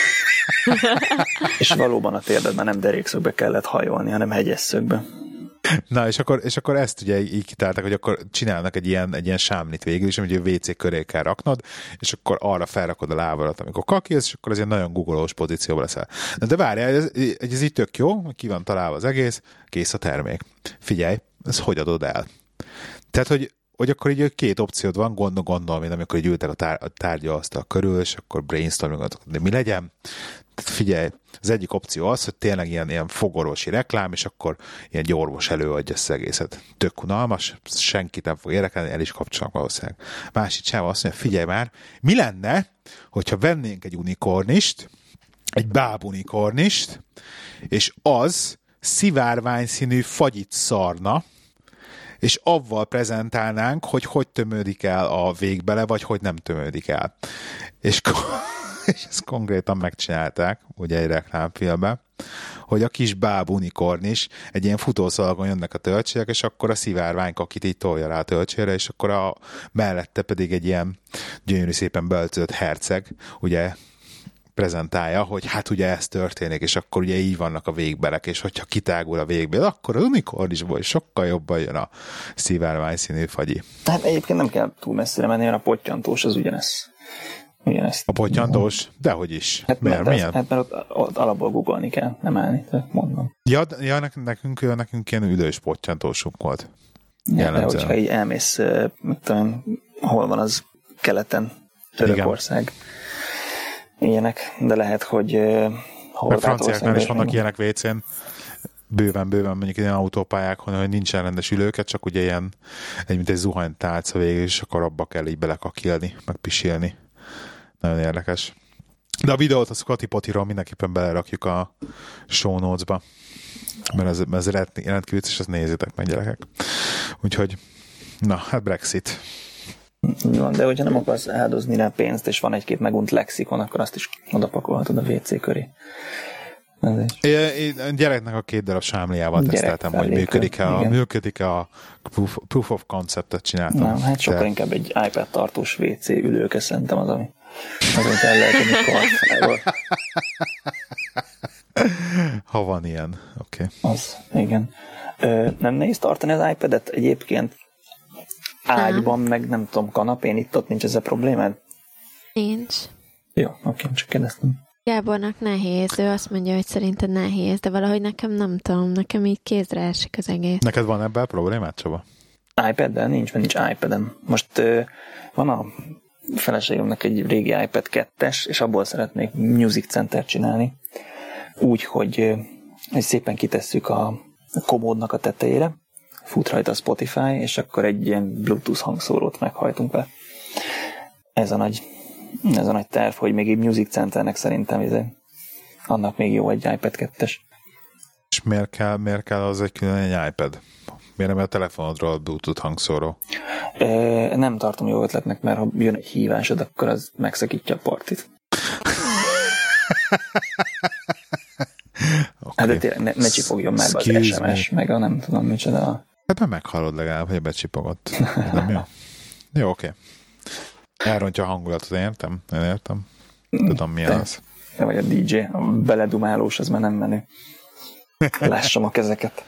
És valóban a térded már nem derékszögbe kellett hajolni, hanem hegyesszögbe.
Na, és akkor, és akkor ezt ugye így kitálták, hogy akkor csinálnak egy ilyen, egy ilyen sámlit végül is, amit a vé cé köré kell raknod, és akkor arra felrakod a lábadat, amikor kakilsz, és akkor ez egy nagyon googolós pozícióba leszel. Na, de várjál, ez, ez így tök jó, ki van találva az egész, kész a termék. Figyelj, ezt hogy adod el? Tehát, hogy hogy akkor így két opciód van, gondol, gondol, mint amikor így ültek a, tár- a tárgyalasztal körül, és akkor brainstorming, de mi legyen? Tehát figyelj, az egyik opció az, hogy tényleg ilyen, ilyen fogorvosi reklám, és akkor ilyen egy orvos előadja ezt az egészet. Tök unalmas, senkit nem fog érdekelni, el is kapcsolnak valószínűleg. Másik csáva azt mondja, figyelj már, mi lenne, hogyha vennénk egy unikornist, egy bábunikornist, és az szivárványszínű fagyit szarna, és avval prezentálnánk, hogy hogy tömődik el a végbele, vagy hogy nem tömődik el. És, és ezt konkrétan megcsinálták, ugye egy reklámfilmben, hogy a kis báb unikornis, egy ilyen futószalagon jönnek a töltségek, és akkor a szivárványkakit így tolja rá a töltsére, és akkor a mellette pedig egy ilyen gyönyörű szépen beöltözött herceg, ugye prezentálja, hogy hát ugye ez történik, és akkor ugye így vannak a végbelek, és hogyha kitágul a végbél, akkor az unikornisból sokkal jobban jön a szivárványszínű fagyi.
Tehát egyébként nem kell túl messzire menni, mert a pottyantós az ugyanez. ugyanez.
A pottyantós? Dehogy is.
Hát mert, mert, ez, hát mert ott, ott alapból googolni kell, nem állni, mondom.
Ja, ja nekünk, nekünk, nekünk ilyen üdős pottyantósunk volt.
Ja, de hogyha így elmész, mit tudom, hol van az keleten, Törökország. Ilyenek, de lehet, hogy uh,
meg franciáknál is vannak ilyenek vécén, bőven, bőven mondjuk ilyen autópályákon, hogy nincsen rendes ülőket, csak ugye ilyen, egy, mint egy zuhanytálca végül, és akkor abba kell így belekakilni, meg pisilni. Nagyon érdekes. De a videót a Scotty Pottyról mindenképpen belerakjuk a show notes-ba, mert ez, ez rendkívül, és ezt nézzétek meg, gyerekek. Úgyhogy, na, hát Brexit.
Van, de hogyha nem akarsz áldozni rá pénzt, és van egy-két megunt lexikon, akkor azt is odapakolhatod a vé cé köré.
Én gyereknek a két darab sámliával teszteltem, hogy működik-e a, működik-e a proof, proof of concept-et csináltam.
Nem, hát sokkal de... inkább egy iPad tartós vé cé ülőke szerintem az, ami az, amit el lehet adni karfával.
Ha van ilyen, oké. Okay.
Az, igen. Ö, nem nehéz tartani az iPad-et egyébként? Ágyban, meg nem tudom, kanapén, itt ott nincs ez a problémád?
Nincs.
Jó, oké, csak kérdeztem.
Gábornak nehéz, ő azt mondja, hogy szerinted nehéz, de valahogy nekem nem tudom, nekem így kézre esik az egész.
Neked van ebben problémát, Csaba?
iPad-del nincs, mert nincs iPad-em. Most uh, van a feleségemnek egy régi iPad kettes, és abból szeretnék Music Center csinálni. Úgy, hogy, uh, hogy szépen kitesszük a komódnak a tetejére, fut rajta a Spotify, és akkor egy ilyen Bluetooth hangszórót meghajtunk be. Ez a nagy, ez a nagy terv, hogy még egy Music Centernek szerintem ez, annak még jó egy iPad kettes.
És miért kell, miért kell az egy külön egy iPad? Miért nem a telefonodról Bluetooth hangszóró?
E, nem tartom jó ötletnek, mert ha jön egy hívásod, akkor az megszakítja a partit. Okay. Hát de tényleg ne, ne csipogjon már be az es em es, meg a nem tudom micsoda.
Hát már meghallod legalább, hogy becsipogott. Nem jó? Jó, oké. Okay. Elrontja a hangulatot, értem? Én értem. Tudom, milyen te, az.
Te vagy a dé dzsé, a beledumálós, az már nem menő. Lássam a kezeket.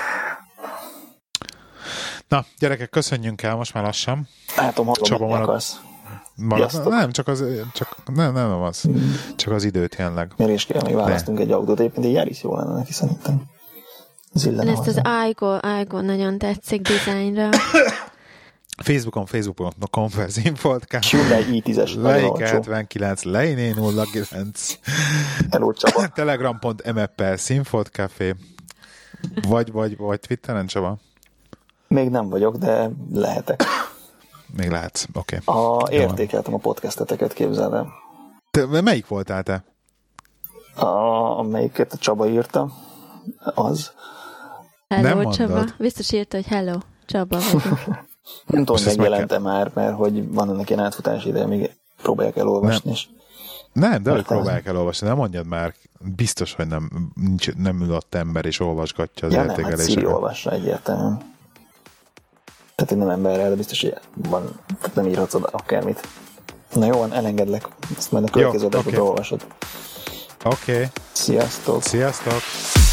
Na, gyerekek, köszönjünk el, most már lassan.
Látom, hallom, hogy akarsz.
Marad, nem, csak az, csak, nem, nem az. Mm. Csak az idő tényleg.
Miért is kell, még választunk egy autót, éppen egy Yaris jó lenne neki szerintem.
Ezt hozzá. Az Aygo, Aygo nagyon tetszik dizájnra.
Facebookon, Facebookon per Színfoldcast.
Hyundai i tízes.
Leike hetvenkilenc, Leiné nulla kilenc.
Hello, Csaba.
Telegram pont em e per Színfoldcafé. Vagy, vagy, vagy Twitteren, Csaba?
Még nem vagyok, de lehetek.
Még lehetsz, oké. Okay.
Értékeltem a podcasteteket, képzeld el.
Te, melyik voltál te?
A, amelyiket a Csaba írta, az.
Hello, nem Csaba. Mondod. Biztos írta, hogy hello, Csaba vagyok.
Nem tudom, megjelentem már, mert hogy van ennek ilyen átfutási ideje, még próbálják elolvasni.
Nem,
és
nem de hogy próbálják elolvasni, nem mondjad már, biztos, hogy nem, nincs, nem ül ott ember és olvasgatja az
ja,
értékeléseket.
Nem, hát Siri olvassa egyértelműen. Tehát én nem emberrel, de biztos, hogy van, nem írhatsz oda akármit. Na jó, van, elengedlek. Ezt majd a következő adásban olvasod.
Oké. Okay.
Sziasztok.
Sziasztok.